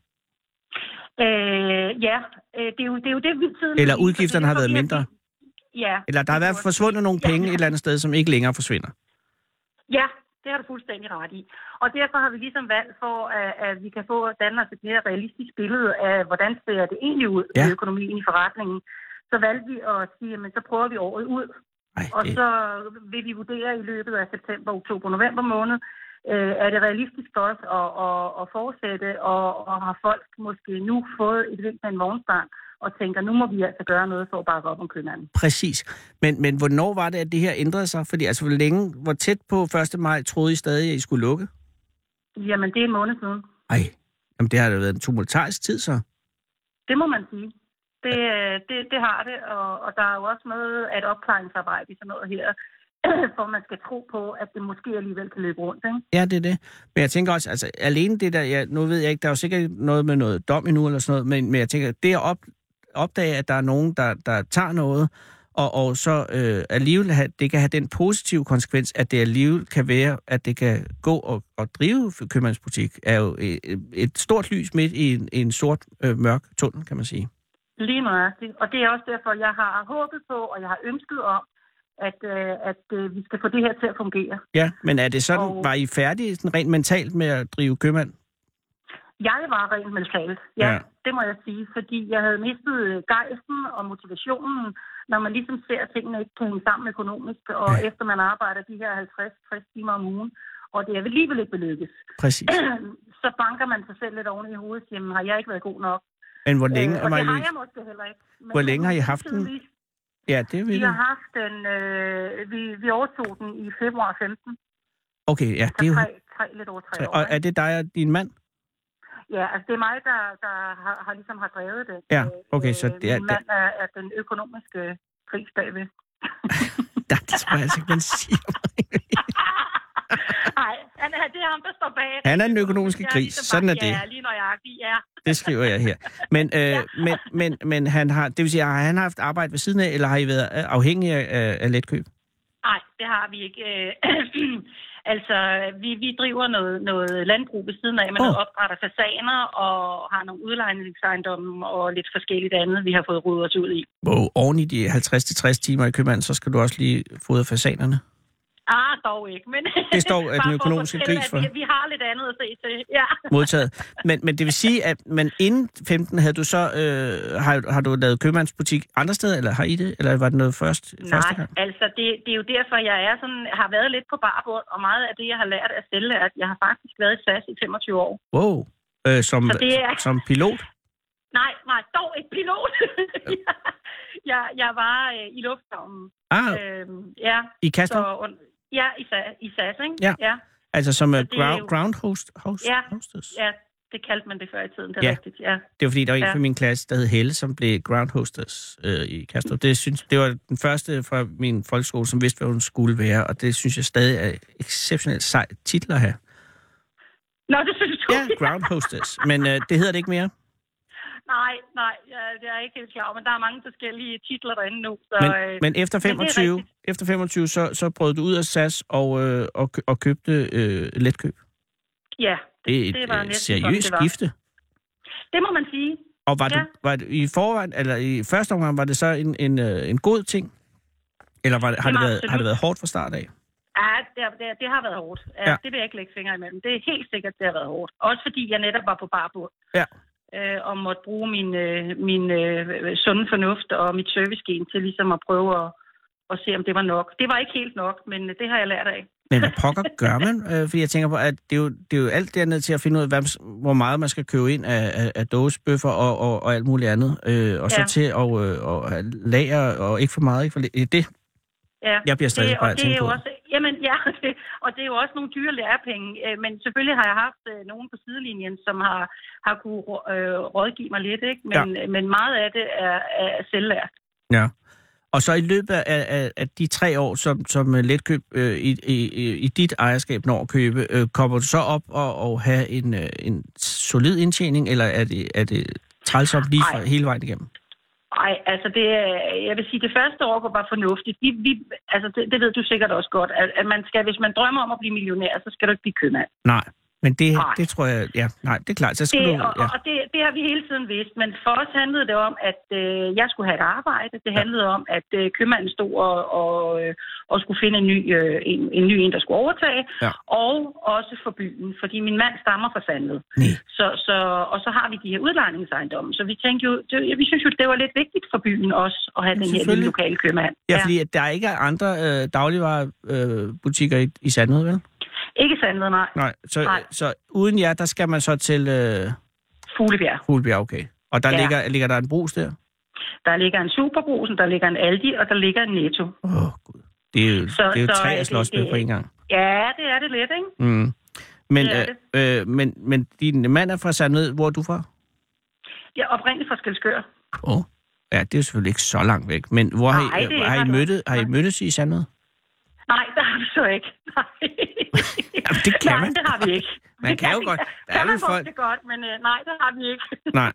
Ja, det er jo det, vi tiden... Eller udgifterne har været mindre. Ja. Eller der har været forsvundet nogle penge et eller andet sted, som ikke længere forsvinder. Ja, det har du fuldstændig ret i. Og derfor har vi ligesom valgt for, at vi kan få Danmark et mere realistisk billede af, hvordan ser det egentlig ud med økonomien i forretningen. Så valgte vi at sige, men så prøver vi året ud. Og så vil vi vurdere i løbet af september, oktober, november måned, er det realistisk for os at fortsætte, og har folk måske nu fået et vink med en vognstang, og tænker, nu må vi altså gøre noget for at bakke op om købmanden. Præcis. Men hvornår var det, at det her ændrede sig? Fordi altså, hvor tæt på 1. maj troede I stadig, at I skulle lukke? Jamen, det er en måned siden. Jamen det har da været en tumultarisk tid, så. Det må man sige. Det har det, og der er jo også noget af et opklaringsarbejde i sådan noget her, for man skal tro på, at det måske alligevel kan løbe rundt, ikke? Ja, det er det. Men jeg tænker også, altså alene det der, nu ved jeg ikke, der er jo sikkert noget med noget dom endnu eller sådan noget, men jeg tænker, det at opdage, at der er nogen, der tager noget, og så alligevel det kan have den positive konsekvens, at det alligevel kan være, at det kan gå og drive købmandsbutik, er jo et stort lys midt i en sort, mørk tunnel, kan man sige. Lige nøjagtigt. Og det er også derfor, jeg har håbet på, og jeg har ønsket om, at vi skal få det her til at fungere. Ja, men er det sådan, var I færdige sådan rent mentalt med at drive købmand? Jeg var rent mentalt, ja. Det må jeg sige, fordi jeg havde mistet gejsten og motivationen, når man ligesom ser, at tingene ikke kan hænge sammen økonomisk, og efter man arbejder de her 50-60 timer om ugen, og det er alligevel ikke lykkes. Præcis. Så banker man sig selv lidt oven i hovedet, og siger, har jeg ikke været god nok? Men hvor længe, og det har jeg måske heller ikke. Men hvor længe har I haft den? Ja, det vil vi har haft den, vi overtog den i februar 15. Okay, ja. Det er jo lidt over 3 år. Og er det dig og din mand? Ja, altså det er mig, der har drevet det. Ja, okay, så det er... Min mand er den økonomiske pris bagved. Det tror jeg altså ikke, man siger. Nej, det er ham, der står bag. Han er den økonomiske gris, sådan er det. Ja, lige nøjagtigt, ja. Det skriver jeg her. Men han har, det vil sige, har han haft arbejde ved siden af, eller har I været afhængige af Letkøb? Nej, det har vi ikke. Altså, vi driver noget landbrug ved siden af, med noget opdræt af fasaner, og har nogle udlejningsejendomme og lidt forskelligt andet, vi har fået rodet os ud i. Oven i de 50-60 timer i købmanden, så skal du også lige fodre fasanerne? Dog ikke, men... Det står, at den økonomiske gris for... Vi har lidt andet at se til, ja. Modtaget. Men det vil sige, at inden 15 havde du så... har du lavet købmandsbutik andre steder, eller har I det? Eller var det noget første gang? Altså, det er jo derfor, jeg har været lidt på barbord, og meget af det, jeg har lært at sælge, at jeg har faktisk været i SAS i 25 år. Wow. Som pilot? Nej, dog ikke pilot. Jeg var i lufthavnen. Ja. I Kastrup? Ja, i SAS, ikke? Ja. Altså som ground hostess? Ja, det kaldte man det før i tiden, det er rigtigt, ja. Det var fordi, der var en fra min klasse, der hed Helle, som blev ground hostess i Kastrup. Det var den første fra min folkeskole, som vidste, hvad hun skulle være, og det synes jeg stadig er exceptionelt sejt titel at have. Nå, det synes du. Ja, ground hostess. Men det hedder det ikke mere? Nej, jeg er ikke helt klar, men der er mange forskellige titler derinde nu. Så, men efter 25, så brød du ud af SAS og købte Letkøb? Ja, det var næsten seriøst skifte. Det må man sige. Og var det i forvejen, eller i første omgang, var det så en god ting? Eller har det været hårdt fra start af? Ja, det har været hårdt. Ja. Det vil jeg ikke lægge fingre imellem. Det er helt sikkert, det har været hårdt. Også fordi jeg netop var på barbund. Ja. Og måtte bruge min sunde fornuft og mit servicegen til ligesom at prøve at se, om det var nok. Det var ikke helt nok, men det har jeg lært af. Men hvad pokker gør man? Fordi jeg tænker på, at det er jo alt dernede til at finde ud af, hvor meget man skal købe ind af dåsebøffer og alt muligt andet. Og så til at lager og ikke for meget. Ikke for det. Ja, jeg bliver stadig bare tænkt på. Også, og det er jo også nogle dyre lærepenge. Men selvfølgelig har jeg haft nogen på sidelinjen, som har kunne rådgive mig lidt, ikke? Men meget af det er selvlært. Ja. Og så i løbet af de 3 år, som Letkøb i dit ejerskab når at købe, kommer du så op og have en solid indtjening, eller er det trælsomt lige fra hele vejen igennem? Nej, altså jeg vil sige, det første år var fornuftigt. Det ved du sikkert også godt, at man skal, hvis man drømmer om at blive millionær, så skal du ikke blive købmand. Nej, men det tror jeg, det er klart. Så skal og det har vi hele tiden vidst, men for os handlede det om, at jeg skulle have et arbejde. Det handlede om, at købmanden stod og skulle finde en ny, der skulle overtage, og også for byen, fordi min mand stammer fra Sandved. Og så har vi de her udlejningsejendomme. Så vi tænkte jo, vi synes jo, det var lidt vigtigt for byen også at have den her lille lokale købmand. Ja, fordi der er ikke andre dagligvarebutikker i Sandved, vel? Ikke Sandved, nej. Nej, så uden jer, der skal man så til... Fuglebjerg. Fuglebjerg, okay. Og der ligger der en brus der? Der ligger en Superbrugsen, der ligger en Aldi, og der ligger en Netto. Gud. Det er jo 3 at slås med på en gang. Ja, det er det lidt, ikke? Men din mand er fra Sandved. Hvor er du fra? Jeg er oprindeligt fra Skælskør. Ja, det er jo selvfølgelig ikke så langt væk. Men hvor har I mødtes i Sandved? Nej, det har vi så ikke. Nej. Jamen, det kan man. Nej, det har vi ikke. Man kan jo godt. Kan man folk... det godt, men nej, det har vi ikke. Nej.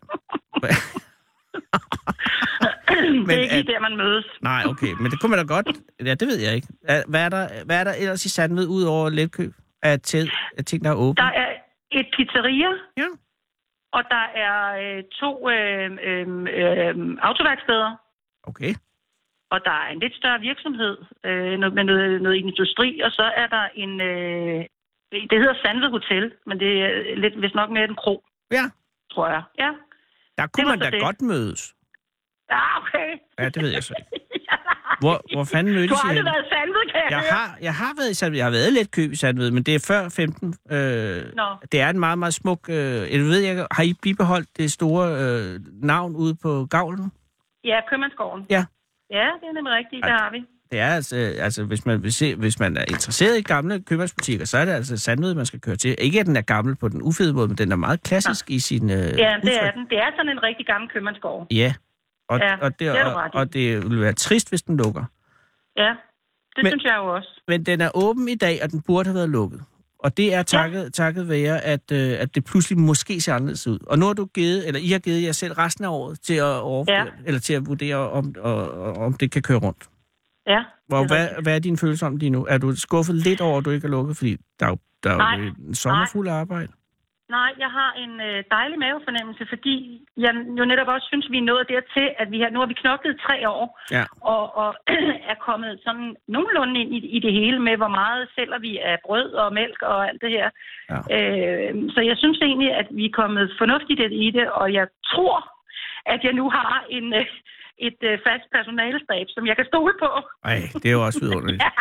Det er ikke lige der, man mødes. Nej, okay. Men det kunne man da godt. Ja, det ved jeg ikke. Hvad er der ellers i Sandved ud over Letkøb af ting, der er åbne? Der er et pizzeria. Ja. Og der er 2 autoværksteder. Okay. Og der er en lidt større virksomhed med noget industri, og så er der det hedder Sandved Hotel, men det er lidt vist nok mere en kro. Ja. Tror jeg. Ja. Der kunne man da godt mødes. Ja, okay. Ja, det ved jeg så ikke. Hvor fanden mødtes I? Du har aldrig været i Sandved, kan jeg høre. Jeg har været i Sandved. Jeg har været i Letkøb i Sandved, men det er før 15. Det er en meget, meget smuk... har I bibeholdt det store navn ude på Gavlen? Ja, Købmandsgården. Ja. Ja, det er nemlig rigtigt, det har vi. Det er altså hvis man er interesseret i gamle købmandsbutikker, så er det altså Sandved, man skal køre til. Ikke at den er gammel på den ufede måde, men den er meget klassisk i sin Ja, det er den. Det er sådan en rigtig gammel købmandsgård. Ja, og det vil være trist, hvis den lukker. Ja, det synes jeg jo også. Men den er åben i dag, og den burde have været lukket. Og det er takket være, at det pludselig måske ser anderledes ud. Og nu har I har givet jer selv resten af året til at overføre, eller til at vurdere, om det kan køre rundt. Ja. Hvad er din følelse om lige nu? Er du skuffet lidt over, at du ikke er lukket? Fordi der er jo en sommerfuld arbejde. Nej, jeg har en dejlig mavefornemmelse, fordi jeg jo netop også synes, vi er nået dertil, at nu har vi knoklet 3 år, og er kommet sådan nogenlunde ind i det hele med, hvor meget sælger vi af brød og mælk og alt det her. Ja. Så jeg synes egentlig, at vi er kommet fornuftigt i det, og jeg tror, at jeg nu har et fast personalestab, som jeg kan stole på. Nej, det er jo også vidunderligt. Ja.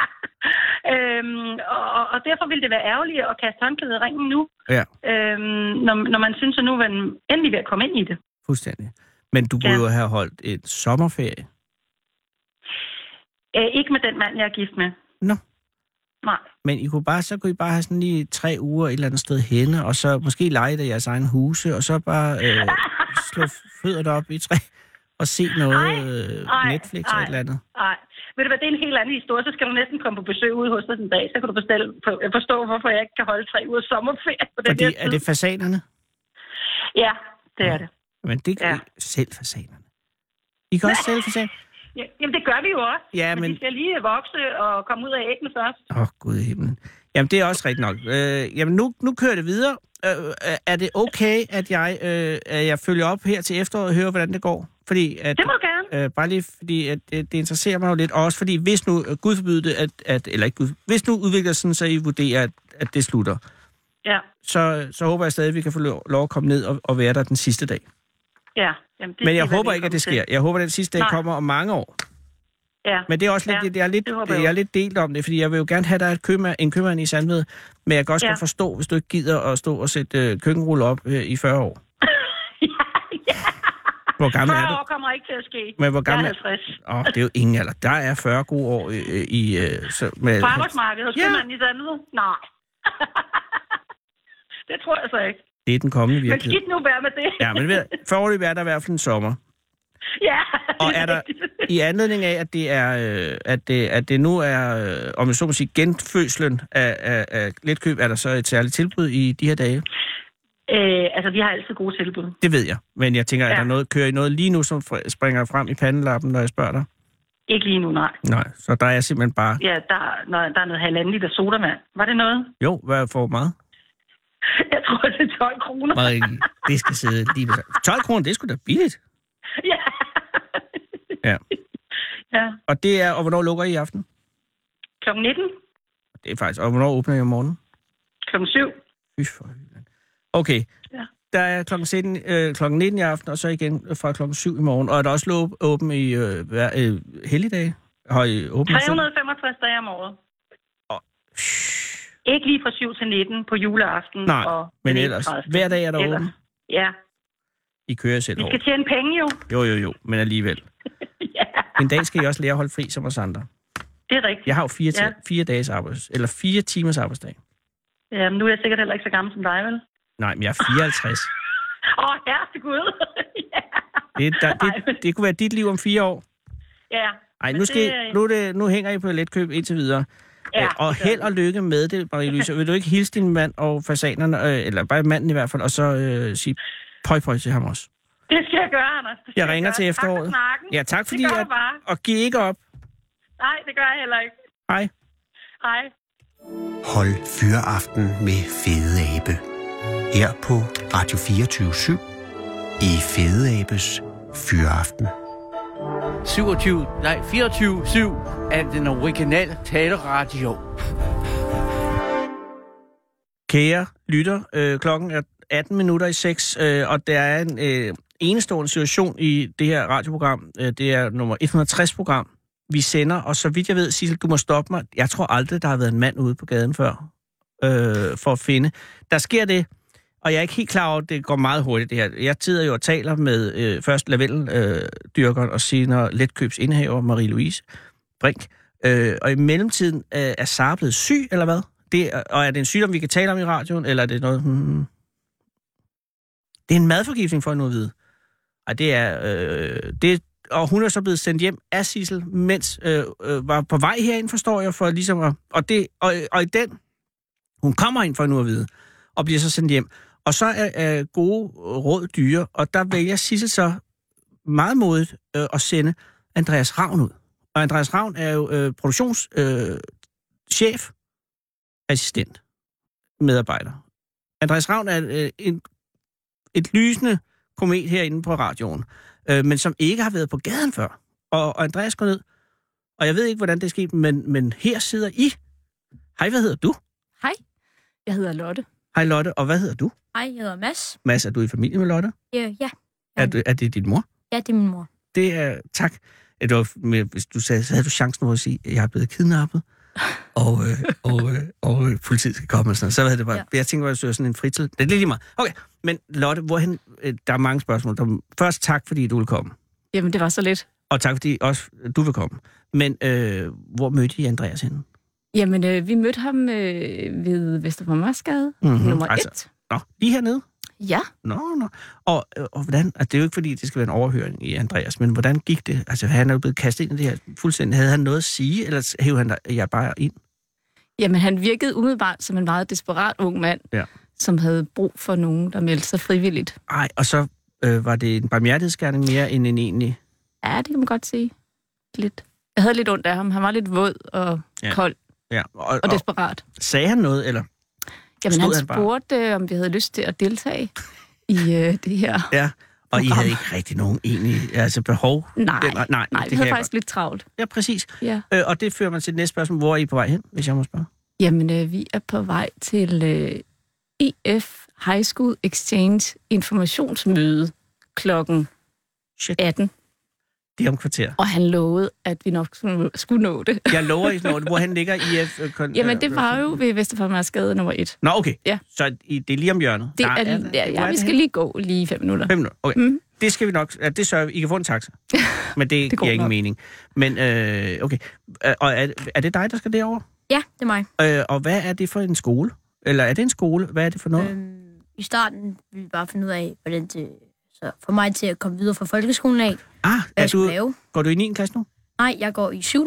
Og derfor vil det være ærgerligt at kaste håndklædet i ringen nu, når man synes, at nu er man endelig ved at komme ind i det. Fuldstændig. Men du kunne jo have holdt et sommerferie. Ikke med den mand, jeg er gift med. Nå. Nej. Men så kunne I bare have sådan lige 3 uger et eller andet sted henne, og så måske lege det i jeres egen huse, og så bare slå fødderne op i træ og se noget Netflix eller et eller andet. Nej, Ved du hvad, det er en helt anden historie. Så skal du næsten komme på besøg ude hos dig den dag. Så kan du forstå, hvorfor jeg ikke kan holde 3 ugers sommerferie på den Fordi der tid. er det fasanerne? Ja, det er det. Men det kan selv fasanerne. I kan også sælge fasaner? Ja, jamen, det gør vi jo også. Ja, men de skal lige vokse og komme ud af æggene først. Gud i himlen. Jamen, det er også rigtigt nok. Jamen, nu kører det videre. Er det okay, at jeg følger op her til efteråret og hører, hvordan det går? Fordi at, det må du gerne. Bare lige fordi, at det interesserer mig jo lidt. Og også fordi, hvis nu, Gud forbyde det, eller ikke Gud, hvis nu udvikler sådan, så I vurderer, at det slutter, så håber jeg stadig, at vi kan få lov at komme ned og være der den sidste dag. Ja. Jamen, men jeg håber ikke, at det sker. Jeg håber, at den sidste dag kommer om mange år. Ja. Men det er også lidt, jeg er lidt delt om det, fordi jeg vil jo gerne have dig en købmand i Sandved, men jeg kan også godt forstå, hvis du ikke gider at stå og sætte køkkenrulle op i 40 år. Hvor gammel 40 er du? år kommer ikke til at ske. Men hvor gammel jeg er 50. Det er jo ingen alder. Der er 40 gode år med... På arbejdsmarkedet hos købmanden i Sandved? Nej. Det tror jeg så ikke. Det er den kommende virkelighed. Men skidt nu være med det. Ja, men foreløbig er der i hvert fald en sommer. Ja. Og er der i anledning af, at det nu er, om jeg så må sige, genfødslen af Letkøb, er der så et særligt tilbud i de her dage? Altså, vi har altid gode tilbud. Det ved jeg, men jeg tænker, at der kører I noget lige nu, som springer frem i pandelappen, når jeg spørger dig? Ikke lige nu, nej. Nej, så der er simpelthen bare... Ja, der er noget 1,5 liter sodavand. Var det noget? Jo, hvad for meget? Jeg tror, det er 12 kroner. Det skal sidde lige ved 12 kroner, det er sgu da billigt. Ja. Ja. Og det er, og hvornår lukker I i aften? Kl. 19. Det er faktisk, og hvornår åbner I om morgenen? Kl. 7. Okay. Ja. Der er kl. 19 i aften, og så igen fra kl. 7 i morgen. Og er der også åben i helligdage? Har I åbent 365 dage om året. Ikke lige fra 7 til 19 på juleaften. Nej, og men ellers. Hver dag er der åben? Ja. I kører selv over. Vi skal tjene penge jo. Jo, men alligevel. Ja. En dag skal I også lære at holde fri som os andre. Det er rigtigt. Jeg har jo 4 dages eller 4 timers arbejdsdag. Ja, men nu er jeg sikkert heller ikke så gammel som dig, vel? Nej, men jeg er 54. Herregud. Det kunne være dit liv om 4 år. Ja. Ej, nu hænger I på Letkøb indtil videre. Ja, og held og lykke med det, Marie-Louise. Vil du ikke hilse din mand og fasanerne, eller bare manden i hvert fald, og så sige pøj til ham også? Det skal jeg gøre, Anders. Jeg ringer til efteråret. Tak for snakken. Ja, tak fordi og giv ikke op. Nej, det gør jeg heller ikke. Hej. Hej. Hold Fyraften med Fede Abe. Her på Radio 24/7 i Fede Abes Fyraften. 24/7 af den originale taleradio. Kære lytter, klokken er 18:18, og der er en enestående situation i det her radioprogram. Det er nummer 160-program, vi sender, og så vidt jeg ved, Sissel, du må stoppe mig. Jeg tror aldrig, der har været en mand ude på gaden før, for at finde. Der sker det, og jeg er ikke helt klar over, at det går meget hurtigt, det her. Jeg sidder jo og taler med først lavendeldyrkeren og senere Letkøbs indehaver, Marie-Louise Brink. Og i mellemtiden er Sara blevet syg, eller hvad? Og er det en sygdom, vi kan tale om i radioen, eller er det noget... Det er en madforgiftning, for at nu at vide. Ej, det er... og hun er så blevet sendt hjem af Sissel, mens var på vej herind, forstår jeg, for ligesom at... Og i den... Hun kommer ind for nu at vide, og bliver så sendt hjem. Og så er gode råd dyre, og der vælger Sissel så meget modigt at sende Andreas Ravn ud. Og Andreas Ravn er jo produktionschef, assistent, medarbejder. Andreas Ravn er et lysende komet herinde på radioen, men som ikke har været på gaden før. Og Andreas går ned, og jeg ved ikke, hvordan det er sket, men her sidder I. Hej, hvad hedder du? Hej, jeg hedder Lotte. Hej Lotte, og hvad hedder du? Hej, jeg hedder Mads. Mads, er du i familie med Lotte? Ja. Er det din mor? Ja, det er min mor. Det er... Tak. Hvis du sagde, så havde du chancen for at sige, at jeg er blevet kidnappet, og politiet skal komme og sådan noget. Så havde det bare... Ja. Jeg tænker, at det er sådan en fritid. Det er lige meget. Okay, men Lotte, hvorhen... Der er mange spørgsmål. Først tak, fordi du vil komme. Jamen, det var så lidt. Og tak, fordi også du vil komme. Men hvor mødte I Andreas henne? Jamen, vi mødte ham ved Vesterborg Mørsgade, nummer 1. Nå, lige hernede? Ja. Nå. Og hvordan, altså det er jo ikke fordi, det skal være en overhøring i Andreas, men hvordan gik det? Altså han er jo blevet kastet ind i det her fuldstændig. Havde han noget at sige, eller hævde han jer bare ind? Jamen, han virkede umiddelbart som en meget desperat ung mand, som havde brug for nogen, der meldte sig frivilligt. Ej, og så var det en barmhjertighedsgerning mere end en egentlig? Ja, det kan man godt sige. Lidt. Jeg havde lidt ondt af ham. Han var lidt våd og kold og desperat. Sagde han noget, eller? Jamen, han spurgte, om vi havde lyst til at deltage i det her. Ja, og program. I havde ikke rigtig nogen egentlig behov? Nej, vi havde faktisk lidt travlt. Ja, præcis. Ja. Og det fører mig til det næste spørgsmål. Hvor er I på vej hen, hvis jeg må spørge? Jamen, vi er på vej til EF High School Exchange informationsmøde klokken 18. Det er om kvarter. Og han lovede, at vi nok skulle nå det. Jeg lover, I når det. Hvor han ligger i EF? Jamen, det var jo ved Vesterfarmarsgade nummer 1. Nå, okay. Ja. Så det er lige om hjørnet? Vi skal lige gå lige 5 minutter. 5 minutter, okay. Det skal vi nok... Ja, det sørger vi. I kan få en taxa. Men det giver ingen mening. Men, okay. Og er det dig, der skal derover? Ja, det er mig. Og hvad er det for en skole? Eller er det en skole? Hvad er det for noget? I starten ville vi bare finde ud af, hvordan det... Så for mig til at komme videre fra folkeskolen af. Går du i 9. klasse nu? Nej, jeg går i 7.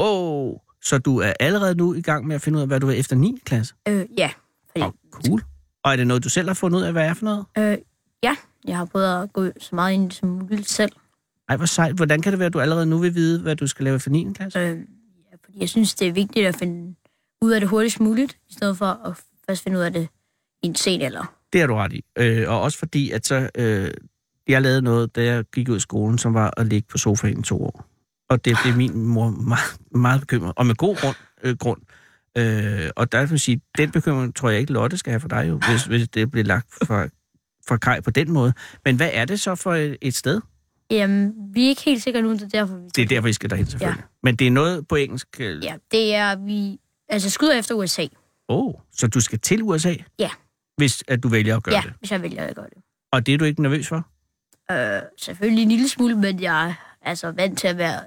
Så du er allerede nu i gang med at finde ud af, hvad du vil efter 9. klasse? Ja. Cool. Og er det noget, du selv har fundet ud af, hvad er for noget? Ja, jeg har prøvet at gå så meget ind som muligt selv. Ej, hvor sejt. Hvordan kan det være, at du allerede nu vil vide, hvad du skal lave for 9. klasse? Fordi jeg synes, det er vigtigt at finde ud af det hurtigst muligt, i stedet for at først finde ud af det i en sen alder. Det er du ret i. Og også fordi, at så... Jeg lavede noget, da jeg gik ud af skolen, som var at ligge på sofaen i 2 år. Og det blev min mor meget, meget bekymret. Og med god grund. Og der vil jeg sige, den bekymring tror jeg ikke, Lotte skal have for dig, jo, hvis det bliver lagt fra Kaj på den måde. Men hvad er det så for et sted? Jamen, vi er ikke helt sikre nu, det er derfor, Det er derfor, I skal derhen, selvfølgelig. Ja. Men det er noget på engelsk? Ja, det er, vi skyder efter USA. Så du skal til USA? Ja. Hvis at du vælger at gøre det? Ja, hvis jeg vælger at gøre det. Og det er du ikke nervøs for? Selvfølgelig en lille smule, men jeg er vant til at være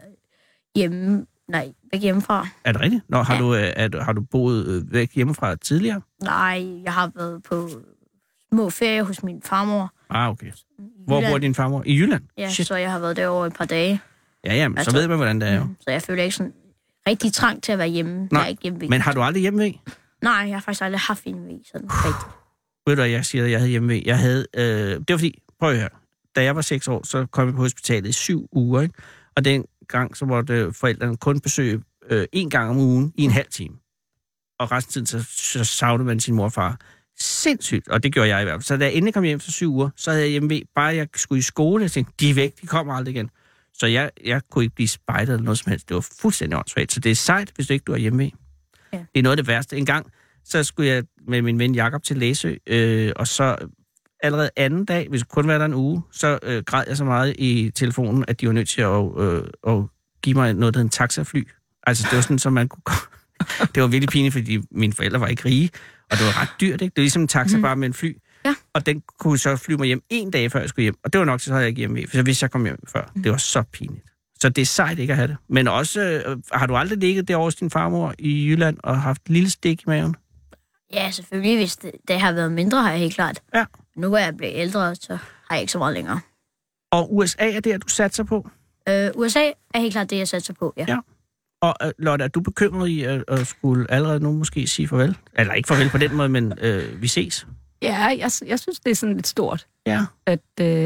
væk hjemmefra. Er det rigtigt? Nå, har du boet væk hjemmefra tidligere? Nej, jeg har været på små ferier hos min farmor. Okay. Hvor bor din farmor? I Jylland? Ja, så jeg har været derovre et par dage. Ja, men så ved man, hvordan det er jo. Så jeg føler ikke sådan rigtig trang til at være hjemme. Nej, jeg er ikke hjemme. Men har du aldrig hjemme? Nej, jeg har faktisk aldrig haft hjemme sådan rigtigt. Ved du, jeg siger, at jeg havde hjemme. Jeg havde, det var fordi, prøv at høre. Da jeg var 6 år, så kom jeg på hospitalet i 7 uger, ikke? Og den gang, så måtte forældrene kun besøge 1 gang om ugen i en halv time. Og resten af tiden, så savnede man sin mor og far. Sindssygt, og det gjorde jeg i hvert fald. Så da jeg endelig kom hjem for 7 uger, så havde jeg hjemme ved, bare jeg skulle i skole, jeg tænkte, de er væk, de kommer aldrig igen. Så jeg kunne ikke blive spejdet eller noget som helst. Det var fuldstændig åndssvagt. Så det er sejt, hvis du ikke er hjemme ved. Ja. Det er noget af det værste. En gang, så skulle jeg med min ven Jakob til Læsø, og så allerede anden dag, hvis jeg kun var der en uge, så græd jeg så meget i telefonen, at de var nødt til at give mig noget, der hed en taxafly. Altså, det var sådan, så man kunne det var virkelig pinligt, fordi mine forældre var ikke rige, og det var ret dyrt, ikke? Det var ligesom en taxa, bare med en fly. Ja. Og den kunne så flyve mig hjem 1 dag, før jeg skulle hjem. Og det var nok, så havde jeg ikke hjemme ved, for hvis jeg kom hjem før. Det var så pinligt. Så det er sejt ikke at have det. Men også, har du aldrig ligget derovre hos din farmor i Jylland og haft et lille stik i maven? Ja, selvfølgelig. Hvis det har været mindre, har jeg helt klart. Ja. Nu hvor jeg blevet ældre, så har jeg ikke så meget længere. Og USA er det, du satser på? USA er helt klart det, jeg satser på, ja. Og Lotte, er du bekymret i at skulle allerede nu måske sige farvel? Eller ikke farvel på den måde, men vi ses? Ja, jeg synes, det er sådan lidt stort, at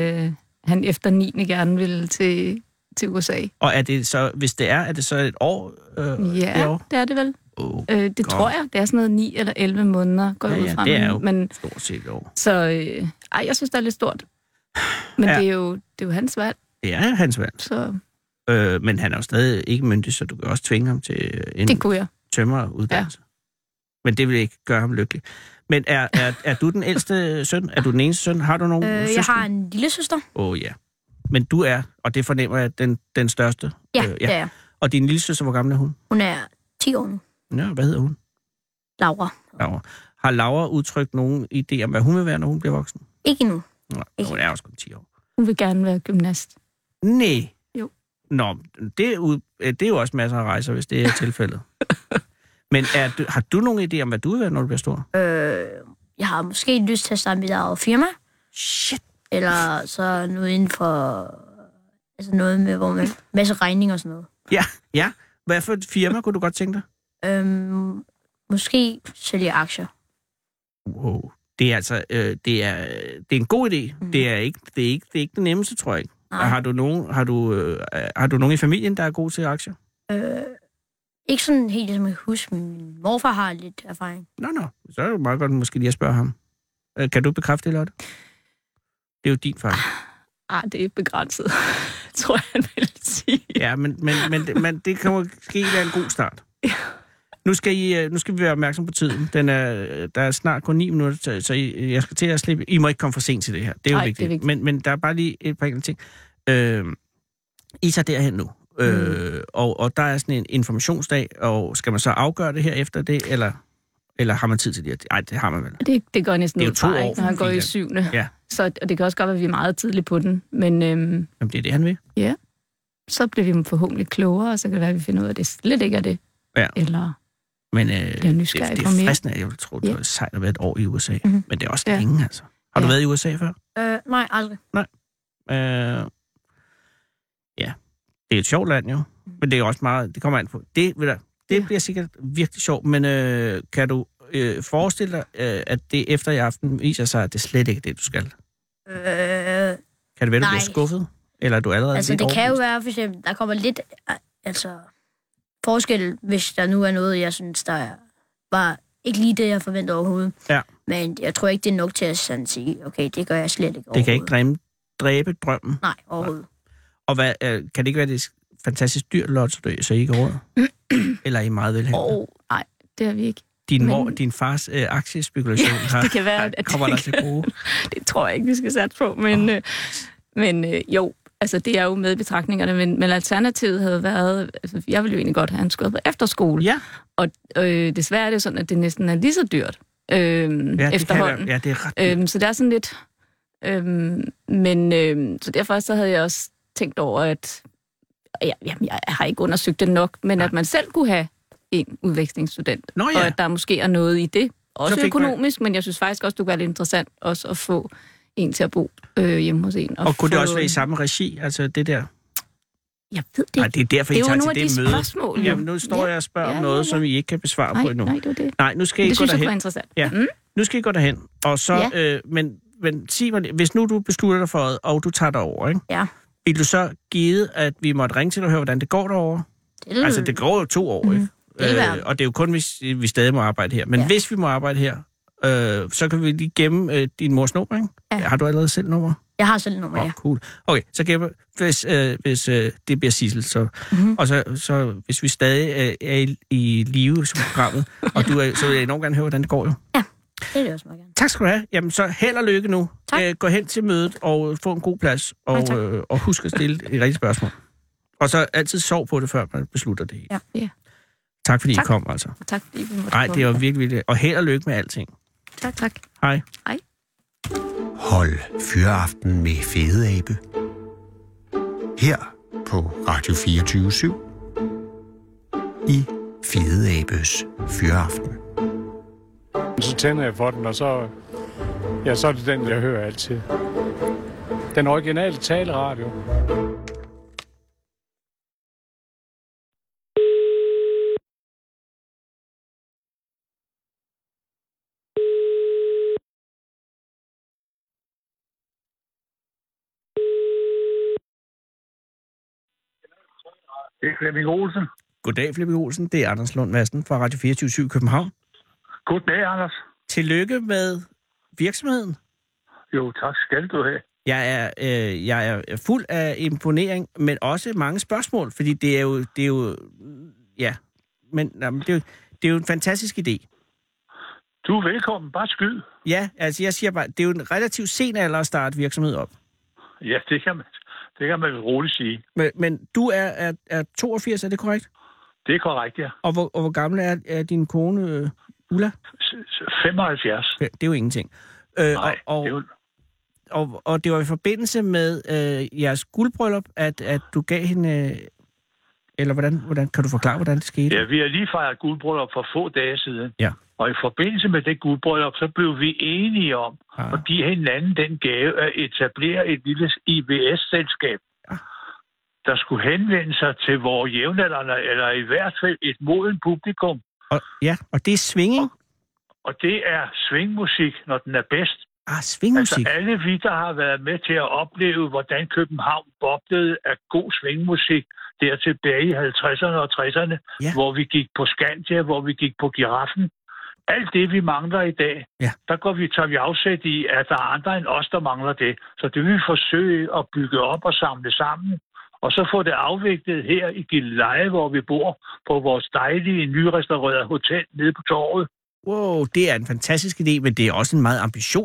han efter 9. gerne vil til USA. Og er det så, hvis det er det så et år? Ja, det er det vel. Det tror jeg. Det er sådan noget 9 eller 11 måneder, går ud fra. Det er jo stort set et år. Så jeg synes, det er lidt stort. Men det er jo hans valg. Det er hans valg. Så... men han er jo stadig ikke myndig, så du kan også tvinge ham til en tømreruddannelse. Ja. Men det vil ikke gøre ham lykkelig. Men er du den ældste søn? Er du den eneste søn? Har du nogen søsken? Jeg har en lille søster. Ja. Men du er, og det fornemmer jeg, den største? Ja, det er jeg. Og din lille søster, hvor gammel er hun? Hun er 10 år nu. Ja, hvad hedder hun? Laura. Har Laura udtrykt nogen idé om, hvad hun vil være, når hun bliver voksen? Ikke endnu. Nej, hun er også kun 10 år. Hun vil gerne være gymnast. Nej. Jo. Nå, det er jo også masser af rejser, hvis det er tilfældet. Men har du nogen idé om, hvad du vil være, når du bliver stor? Jeg har måske lyst til at starte mit eget firma. Shit. Eller så noget inden for... Altså noget med, hvor man... Masse regning og sådan noget. Ja. Hvad for et firma kunne du godt tænke dig? Måske sælge aktier. Wow. Det er altså... det er en god idé. Det er ikke det nemmeste, tror jeg ikke. Har du nogen i familien, der er god til aktier? Ikke sådan helt, som jeg husker. Min morfar har lidt erfaring. Nå. Så er det meget godt måske lige at spørge ham. Kan du bekræfte det, Lotte? Det er jo din far. Det er begrænset, tror jeg, han vil sige. Ja, men det kan måske være en god start. Ja. Nu skal vi være opmærksom på tiden. Der er snart kun 9 minutter, så jeg skal til at slippe. I må ikke komme for sent til det her. Det er jo vigtigt. Det er vigtigt. Men der er bare lige et par enkelte ting. I tager derhen nu. Og der er sådan en informationsdag, og skal man så afgøre det her efter det, eller har man tid til det? Nej, det har man vel. Det går næsten ud fra, når han går i 7. Ja. Så det kan også godt være, at vi er meget tidligt på den. Men jamen, det er det, han vil. Ja. Så bliver vi forhåbentlig klogere, og så kan det være, at vi finder ud af, at det slet ikke er det. Ja. Eller men, det er fristende, jeg vil tro, det var sejt at være et år i USA. Mm-hmm. Men det er også længe, altså. Har du været i USA før? Nej, aldrig. Nej. Ja. Det er et sjovt land, jo. Men det er også meget... Det kommer an på. Det bliver sikkert virkelig sjovt, men kan du forestille dig, at det efter i aften viser sig, at det slet ikke er det, du skal? Kan det være, du bliver skuffet? Eller er du allerede altså, lidt det kan jo være, for eksempel, der kommer lidt forskel, hvis der nu er noget, jeg synes, der var ikke lige det, jeg forventede overhovedet. Ja. Men jeg tror ikke, det er nok til at sådan sige, okay, det gør jeg slet ikke overhovedet. Det kan ikke dræbe drømmen? Nej, overhovedet. Og kan det ikke være det fantastisk dyrt, Lotte, så I ikke råd? Eller er I meget velhavende? Nej, det er vi ikke. Din fars aktiespekulation det kan være, at kommer der til gode. Det tror jeg ikke, vi skal sætte på, men jo, altså det er jo med betragtningerne, men alternativet havde været, altså jeg ville jo egentlig godt have en skåret på efterskole, ja. Og desværre er det sådan, at det næsten er lige så dyrt efterhånden. Det er ret dyrt. Så det er sådan lidt, så derfor så havde jeg også tænkt over, at jeg har ikke undersøgt det nok, men at man selv kunne have en udvekslingsstudent, og at der måske er noget i det, også økonomisk, men jeg synes faktisk også, det kunne være lidt interessant også at få en til at bo hjemme hos en. Og kunne det også være i samme regi, altså det der? Jeg ved det. Nej, det er derfor, I tager til det møde. Spørgsmål. Jamen, nu står jeg og spørger om noget, som I ikke kan besvare på endnu. Nej, det var det. Nej, nu skal I gå derhen. Det synes jeg var interessant. Ja. Nu skal I gå derhen, og så, men sig mig, hvis nu du beslutter dig for, og du tager dig over, ikke? Ja. Vil du så give, at vi måtte ringe til dig og høre, hvordan det går derovre? Altså, det går jo 2 år, ikke? Og det er jo kun, hvis vi stadig må arbejde her. Men hvis vi må arbejde her, så kan vi lige gemme din mors nummer, ikke? Ja. Har du allerede selv nummer? Jeg har selv nummer, ja. Cool. Okay, så gemmer, hvis det bliver Sissel, så... Og så hvis vi stadig er i live som programmet, og så vil jeg enormt gerne høre, hvordan det går, jo. Ja, det er det også meget gerne. Tak skal du have. Jamen, så held og lykke nu. Gå hen til mødet og få en god plads, og husk at stille et rigtigt spørgsmål. Og så altid sov på det, før man beslutter det. Ja. Tak fordi I kom, altså. Tak fordi vi måtte komme. Det var virkelig. Og held og lykke med alting. Tak. Hej. Hej. Hold Fyraften med Fede Abe. Her på Radio 24/7 i Fede Abes Fyraften. Så tænder jeg for den, og så er det den, jeg hører altid. Den originale taleradio. Det er Flemming Olsen. Goddag, Flemming Olsen. Det er Anders Lund Madsen fra Radio 24/7 København. Goddag, Anders. Tillykke med virksomheden. Jo, tak skal du have. Jeg er fuld af imponering, men også mange spørgsmål, fordi det er jo en fantastisk idé. Du er velkommen. Bare skyd. Ja, altså jeg siger bare, det er jo en relativt sen alder at starte virksomhed op. Ja, det kan man roligt sige. Men du er 82, er det korrekt? Det er korrekt, ja. Og hvor gammel er din kone, Ulla? 75. Det er jo ingenting. Nej, og det var i forbindelse med jeres guldbryllup, at du gav hende... Eller hvordan kan du forklare, hvordan det skete? Ja, vi har lige fejret guldbryllup for få dage siden. Ja. Og i forbindelse med det guldbryllup, så blev vi enige om at give hinanden den gave at etablere et lille IVS-selskab, der skulle henvende sig til vores jævnaldrende, eller i hvert fald et moden publikum. Og det er swinging? Og det er swingmusik, når den er bedst. Swingmusik? Altså alle vi, der har været med til at opleve, hvordan København boblede af god swingmusik, der tilbage i 50'erne og 60'erne, hvor vi gik på Skandia, hvor vi gik på Giraffen. Alt det, vi mangler i dag, der tager vi afsæt i, at der er andre end os, der mangler det. Så det vil vi forsøge at bygge op og samle sammen, og så få det afviklet her i Gilleleje, hvor vi bor, på vores dejlige, nyrestaurerede hotel nede på torvet. Wow, det er en fantastisk idé, men det er også en meget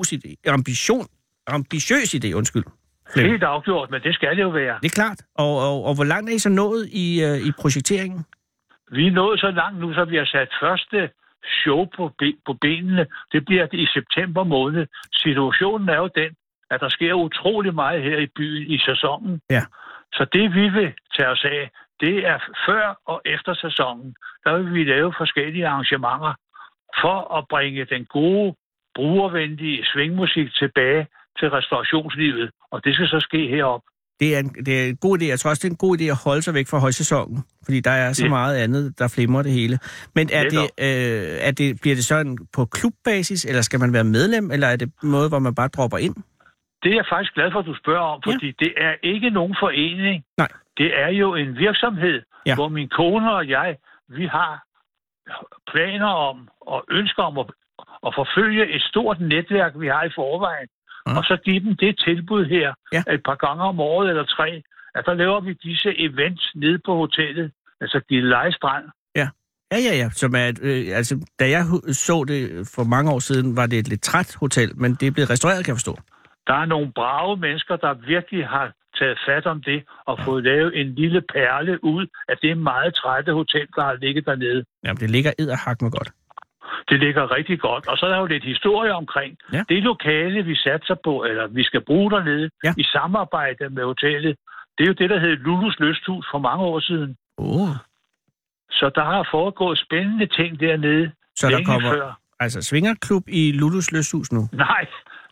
ambitiøs idé, undskyld. Helt afgjort, men det skal det jo være. Det er klart. Og hvor langt er I så nået i projekteringen? Vi er nået så langt nu, så vi har sat første show på benene. Det bliver det i september måned. Situationen er jo den, at der sker utrolig meget her i byen i sæsonen. Ja. Så det, vi vil tage os af, det er før og efter sæsonen. Der vil vi lave forskellige arrangementer for at bringe den gode, brugervenlige swingmusik tilbage til restaurationslivet. Og det skal så ske heroppe. Det er en god idé. Jeg tror også, det er en god idé at holde sig væk fra højsæsonen, fordi der er så meget andet, der flimrer det hele. Men bliver det sådan på klubbasis, eller skal man være medlem, eller er det noget, hvor man bare dropper ind? Det er jeg faktisk glad for, at du spørger om, fordi det er ikke nogen forening. Nej. Det er jo en virksomhed, hvor min kone og jeg, vi har planer om og ønsker om at forfølge et stort netværk, vi har i forvejen. Og så give dem det tilbud her, et par gange om året eller 3, at der laver vi disse events nede på hotellet, altså Gilleleje Strand. Ja. Som er, da jeg så det for mange år siden, var det et lidt træt hotel, men det er blevet restaureret, kan jeg forstå. Der er nogle brave mennesker, der virkelig har taget fat om det og fået lavet en lille perle ud af det meget trætte hotel, der har ligget dernede. Jamen, det ligger edderhak med godt. Det ligger rigtig godt. Og så er der jo lidt historie omkring. Det lokale, vi satser på, eller vi skal bruge dernede, i samarbejde med hotellet, det er jo det, der hed Lulus Lysthus for mange år siden. Så der har foregået spændende ting dernede. Så der kommer før. Svingerklub i Lulus Lysthus nu? Nej.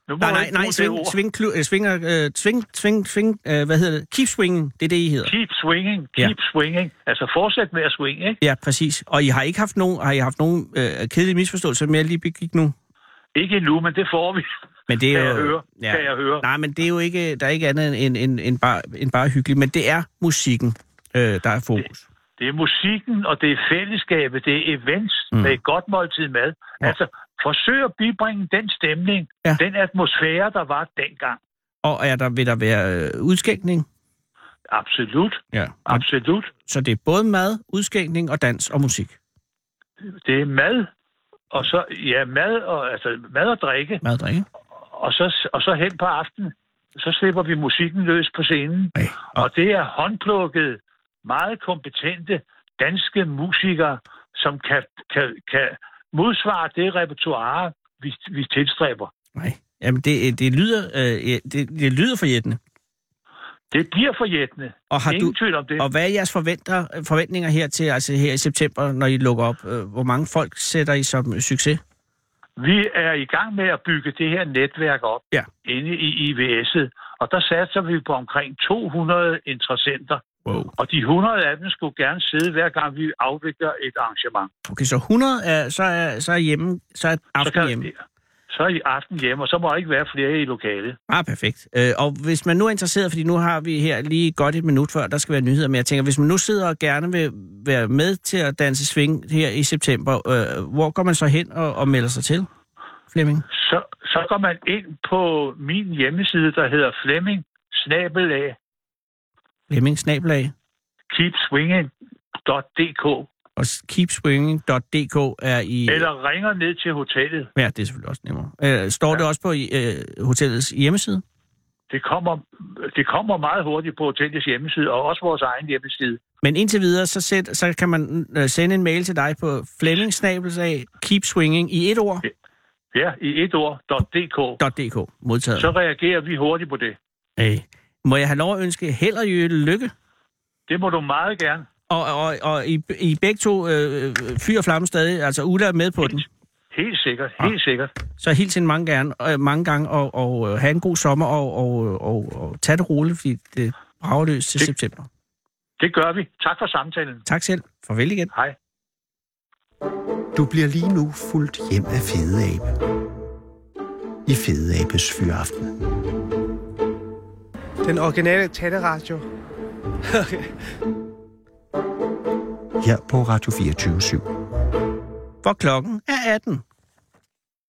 Hvad hedder det? Keep swinging, det er det, I hedder. Keep swinging. Altså fortsæt med at swinge, ikke? Ja, præcis. Og I har ikke haft nogen, kedelige misforståelser, som jeg lige begik nu? Ikke endnu, men det får vi. Men det er kan jeg høre. Nej, men det er jo ikke, der er ikke andet end bare hyggeligt. Men det er musikken, der er fokus. Det er musikken, og det er fællesskabet, det er events med et godt måltid mad. Altså, forsøg at bibringe den stemning, den atmosfære, der var dengang. Og vil der være udskænkning? Absolut. Ja. Absolut. Så det er både mad, udskænkning og dans og musik? Det er mad, og så, mad og drikke. Mad og drikke. Og så hen på aftenen, så slipper vi musikken løs på scenen. Og det er håndplukket, meget kompetente danske musikere, som kan modsvare det repertoire, vi tilstræber. Nej, jamen det lyder forjættende. Det bliver forjættende. Ingen tvivl om det. Og hvad er jeres forventninger her til, altså her i september, når I lukker op? Hvor mange folk sætter I som succes? Vi er i gang med at bygge det her netværk op inde i IVS'et, og der satser vi på omkring 200 interessenter. Wow. Og de 100 af dem skulle gerne sidde, hver gang vi afvikler et arrangement. Okay, så 100 så er hjemme, så er aften hjemme? Så er I aften hjemme, og så må der ikke være flere i lokalet. Perfekt. Og hvis man nu er interesseret, fordi nu har vi her lige godt et minut før, der skal være nyheder, men jeg tænker, hvis man nu sidder og gerne vil være med til at danse swing her i september, hvor går man så hen og melder sig til, Flemming? Så går man ind på min hjemmeside, der hedder Flemming-. keepswinging.dk. Og keepswinging.dk er i... Eller ringer ned til hotellet. Ja, det er selvfølgelig også nemmere. Står det også på hotellets hjemmeside? Det kommer meget hurtigt på hotellets hjemmeside, og også vores egen hjemmeside. Men indtil videre, så kan man sende en mail til dig på Flemming-keepswinging i et ord? Ja, i et ord. .dk. Modtaget. Så reagerer vi hurtigt på det. Må jeg have lov at ønske held og lykke? Det må du meget gerne. Og I begge to fyr og flamme stadig, altså Ulla er med på den? Helt sikkert. Så hils hende mange gange, og have en god sommer, og tag det roligt, fordi det brager løs til september. Det gør vi. Tak for samtalen. Tak selv. Farvel igen. Hej. Du bliver lige nu fuldt hjem af Fede Abe. I Fede Abes Fyraften. Den originale taleradio. Her på Radio 24/7. For klokken er 18.